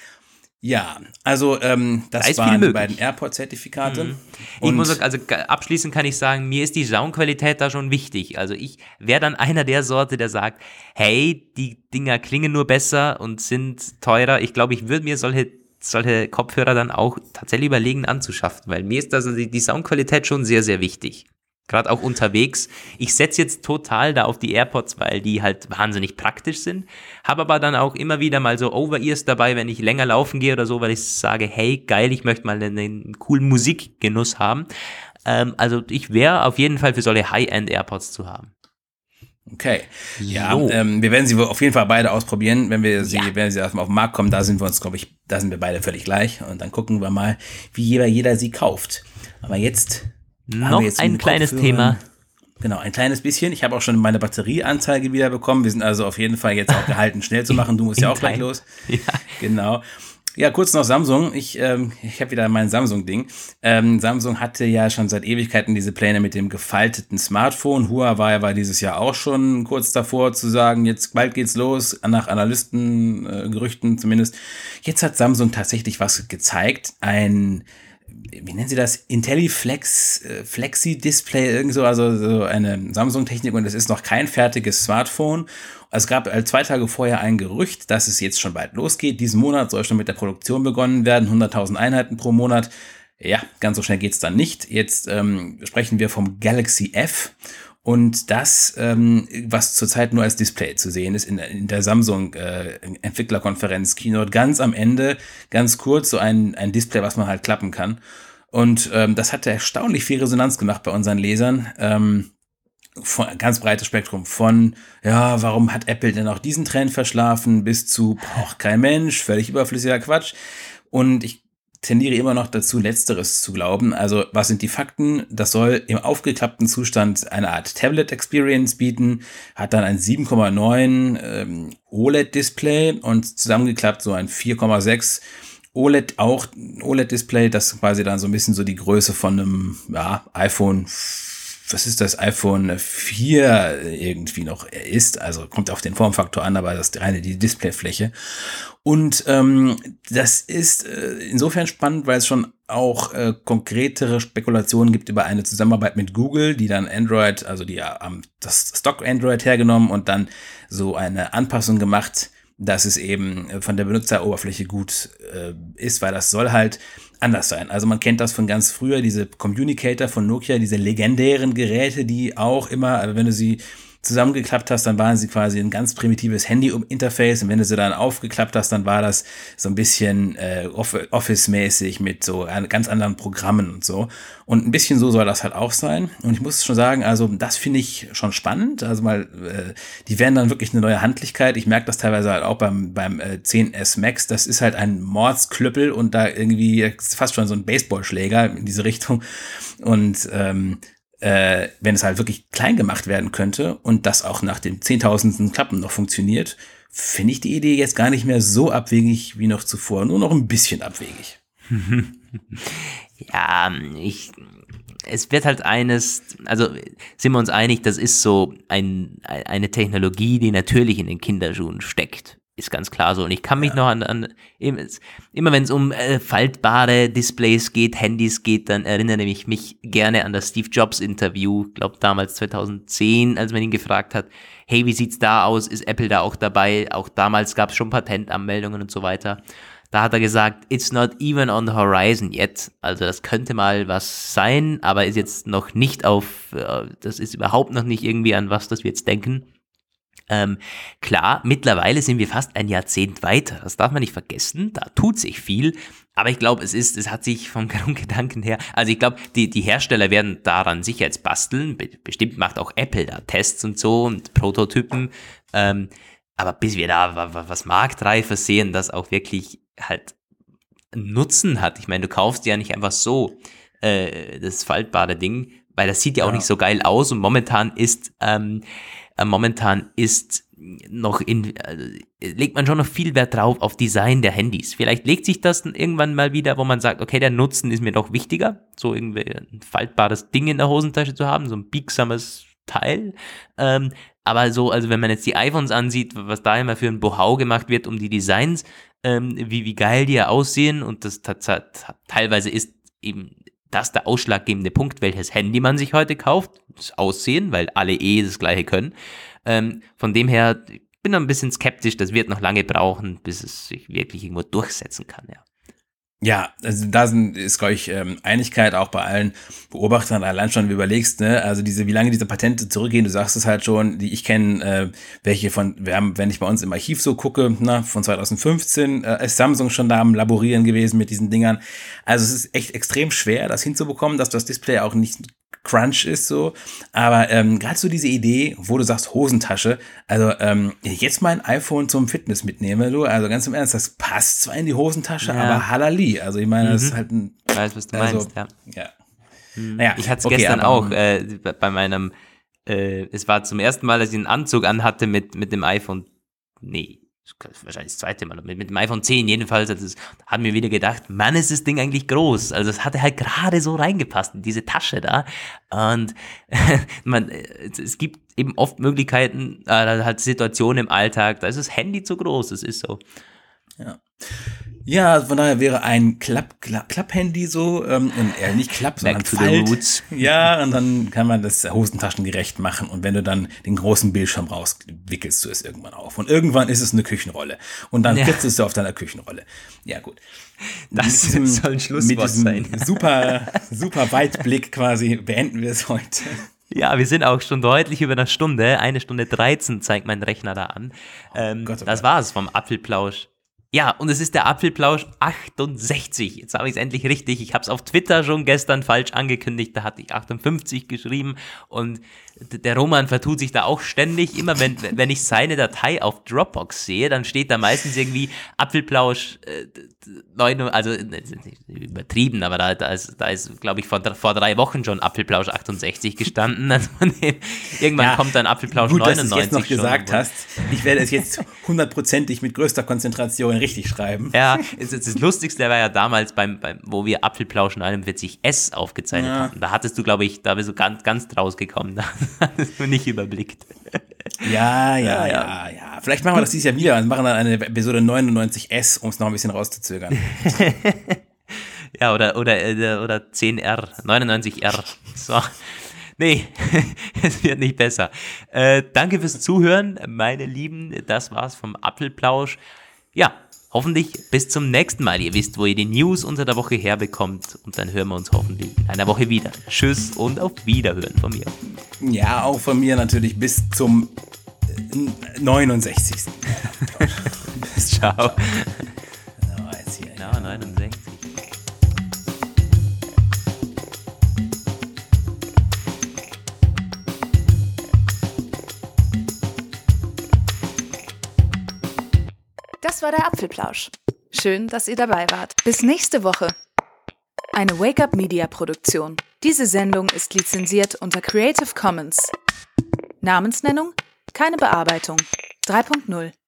Ja, also das waren die beiden AirPod-Zertifikate. Ich muss sagen, also abschließend kann ich sagen, mir ist die Soundqualität da schon wichtig. Also ich wäre dann einer der Sorte, der sagt, hey, die Dinger klingen nur besser und sind teurer. Ich glaube, ich würde mir solche Kopfhörer dann auch tatsächlich überlegen anzuschaffen, weil mir ist also die Soundqualität schon sehr, sehr wichtig. Gerade auch unterwegs. Ich setze jetzt total da auf die AirPods, weil die halt wahnsinnig praktisch sind. Habe aber dann auch immer wieder mal so Over-Ears dabei, wenn ich länger laufen gehe oder so, weil ich sage, hey, geil, ich möchte mal einen coolen Musikgenuss haben. Also ich wäre auf jeden Fall für solche High-End-AirPods zu haben. Okay, ja, wir werden sie auf jeden Fall beide ausprobieren, wenn sie auf den Markt kommen, da sind wir beide völlig gleich und dann gucken wir mal, wie jeder sie kauft. Aber jetzt... Noch ein kleines Thema. Genau, ein kleines bisschen. Ich habe auch schon meine Batterieanzeige wieder bekommen. Wir sind also auf jeden Fall jetzt auch gehalten, schnell zu machen. Du musst ja auch gleich los. Ja. Genau. Ja, kurz noch Samsung. Ich habe wieder mein Samsung-Ding. Samsung hatte ja schon seit Ewigkeiten diese Pläne mit dem gefalteten Smartphone. Huawei war dieses Jahr auch schon kurz davor zu sagen, jetzt bald geht's los, nach Analystengerüchten zumindest. Jetzt hat Samsung tatsächlich was gezeigt. Wie nennen sie das? IntelliFlex, Flexi-Display, irgend so, also so eine Samsung-Technik, und es ist noch kein fertiges Smartphone. Es gab 2 Tage vorher ein Gerücht, dass es jetzt schon bald losgeht. Diesen Monat soll schon mit der Produktion begonnen werden, 100.000 Einheiten pro Monat. Ja, ganz so schnell geht's dann nicht. Jetzt sprechen wir vom Galaxy F. Und das, was zurzeit nur als Display zu sehen ist, in der Samsung Entwicklerkonferenz Keynote, ganz am Ende, ganz kurz, so ein Display, was man halt klappen kann. Und das hatte erstaunlich viel Resonanz gemacht bei unseren Lesern. Ganz breites Spektrum von, ja, warum hat Apple denn auch diesen Trend verschlafen, bis zu, braucht kein Mensch, völlig überflüssiger Quatsch. Und ich tendiere immer noch dazu, Letzteres zu glauben. Also, was sind die Fakten? Das soll im aufgeklappten Zustand eine Art Tablet-Experience bieten, hat dann ein 7,9 OLED-Display und zusammengeklappt so ein 4,6 OLED-Display, das quasi dann so ein bisschen so die Größe von einem iPhone, was ist das, iPhone 4 irgendwie noch ist, also kommt auf den Formfaktor an, aber das ist reine die Displayfläche. Und das ist insofern spannend, weil es schon auch konkretere Spekulationen gibt über eine Zusammenarbeit mit Google, die dann Android, also die haben das Stock Android hergenommen und dann so eine Anpassung gemacht, dass es eben von der Benutzeroberfläche gut ist, weil das soll halt anders sein. Also man kennt das von ganz früher, diese Communicator von Nokia, diese legendären Geräte, die auch immer, also wenn du sie zusammengeklappt hast, dann waren sie quasi ein ganz primitives Handy-Interface und wenn du sie dann aufgeklappt hast, dann war das so ein bisschen Office-mäßig mit so ganz anderen Programmen und so. Und ein bisschen so soll das halt auch sein. Und ich muss schon sagen, also das finde ich schon spannend. Also mal, die werden dann wirklich eine neue Handlichkeit. Ich merke das teilweise halt auch beim 10S Max. Das ist halt ein Mordsklöppel und da irgendwie fast schon so ein Baseballschläger in diese Richtung. Und wenn es halt wirklich klein gemacht werden könnte und das auch nach dem 10.000. Klappen noch funktioniert, finde ich die Idee jetzt gar nicht mehr so abwegig wie noch zuvor, nur noch ein bisschen abwegig. Ja, es wird halt also sind wir uns einig, das ist so eine Technologie, die natürlich in den Kinderschuhen steckt. Ist ganz klar so. Und ich kann mich noch an immer wenn es um faltbare Displays geht, Handys geht, dann erinnere ich mich gerne an das Steve Jobs Interview, glaube damals 2010, als man ihn gefragt hat, hey, wie sieht's da aus? Ist Apple da auch dabei? Auch damals gab es schon Patentanmeldungen und so weiter. Da hat er gesagt, it's not even on the horizon yet. Also das könnte mal was sein, aber ist jetzt noch nicht das ist überhaupt noch nicht irgendwie an was, das wir jetzt denken. Klar, mittlerweile sind wir fast ein Jahrzehnt weiter, das darf man nicht vergessen, da tut sich viel, aber ich glaube, es hat sich vom Grundgedanken her, also ich glaube, die Hersteller werden daran sicher jetzt basteln, bestimmt macht auch Apple da Tests und so und Prototypen, aber bis wir da was Marktreifes sehen, das auch wirklich halt Nutzen hat, ich meine, du kaufst ja nicht einfach so das faltbare Ding, weil das sieht ja auch nicht so geil aus und momentan ist noch legt man schon noch viel Wert drauf auf Design der Handys. Vielleicht legt sich das dann irgendwann mal wieder, wo man sagt, okay, der Nutzen ist mir doch wichtiger, so irgendwie ein faltbares Ding in der Hosentasche zu haben, so ein biegsames Teil. Aber so, also wenn man jetzt die iPhones ansieht, was da immer für ein Bohau gemacht wird um die Designs, wie geil die ja aussehen und das teilweise ist eben das der ausschlaggebende Punkt, welches Handy man sich heute kauft, das Aussehen, weil alle das Gleiche können. Von dem her, ich bin ein bisschen skeptisch, das wird noch lange brauchen, bis es sich wirklich irgendwo durchsetzen kann, ja. Ja, also da ist, glaube ich, Einigkeit auch bei allen Beobachtern, allein schon, wie du überlegst, ne, also wie lange diese Patente zurückgehen, du sagst es halt schon, ich kenne welche wenn ich bei uns im Archiv so gucke, von 2015 ist Samsung schon da am Laborieren gewesen mit diesen Dingern. Also es ist echt extrem schwer, das hinzubekommen, dass das Display auch nicht Crunch ist so, aber gerade so diese Idee, wo du sagst Hosentasche, also jetzt mein iPhone zum Fitness mitnehme, also ganz im Ernst, das passt zwar in die Hosentasche, aber halali, also ich meine, das ist halt ein... Ich weiß, was du meinst, ja. Naja, ich hatte es gestern auch bei meinem, es war zum ersten Mal, dass ich einen Anzug anhatte mit dem iPhone, wahrscheinlich das zweite Mal, mit dem iPhone 10 jedenfalls, hat mir wieder gedacht, Mann, ist das Ding eigentlich groß, also es hatte halt gerade so reingepasst in diese Tasche da und es gibt eben oft Möglichkeiten, halt Situationen im Alltag, da ist das Handy zu groß, das ist so. Ja, von daher wäre ein Klapp-Handy so, nicht Klapp, sondern Falt. Ja, und dann kann man das hosentaschengerecht machen und wenn du dann den großen Bildschirm raus, wickelst du es irgendwann auf. Und irgendwann ist es eine Küchenrolle. Und dann kritzest du auf deiner Küchenrolle. Ja, gut. Das soll ein Schlusswort sein. Super Weitblick quasi beenden wir es heute. Ja, wir sind auch schon deutlich über eine Stunde. 1 Stunde 13 zeigt mein Rechner da an. Das war's vom Apfelplausch. Ja, und es ist der Apfelplausch 68. Jetzt habe ich es endlich richtig. Ich habe es auf Twitter schon gestern falsch angekündigt. Da hatte ich 58 geschrieben. Und der Roman vertut sich da auch ständig. Immer wenn ich seine Datei auf Dropbox sehe, dann steht da meistens irgendwie Apfelplausch 9, also übertrieben, aber da ist glaube ich, vor 3 Wochen schon Apfelplausch 68 gestanden. Also irgendwann kommt dann Apfelplausch gut, 99 dass du es jetzt noch schon gesagt hast. Ich werde es jetzt 100%ig mit größter Konzentration richtig schreiben. Ja, das Lustigste war ja damals, wo wir Apfelplausch 49S aufgezeichnet hatten. Da hattest du, glaube ich, da bist du ganz draus gekommen. Da hattest du nicht überblickt. Ja. Vielleicht machen wir das dieses Jahr wieder und machen dann eine Episode 99S, um es noch ein bisschen rauszuzögern. Ja, oder 10R, 99R. So. Nee, es wird nicht besser. Danke fürs Zuhören, meine Lieben. Das war's vom Apfelplausch. Ja, hoffentlich bis zum nächsten Mal. Ihr wisst, wo ihr die News unter der Woche herbekommt. Und dann hören wir uns hoffentlich in einer Woche wieder. Tschüss und auf Wiederhören von mir. Ja, auch von mir natürlich bis zum 69. Ciao. So, jetzt hier. Ja, 69. Das war der Apfelplausch. Schön, dass ihr dabei wart. Bis nächste Woche. Eine Wake-up-Media-Produktion. Diese Sendung ist lizenziert unter Creative Commons. Namensnennung? Keine Bearbeitung. 3.0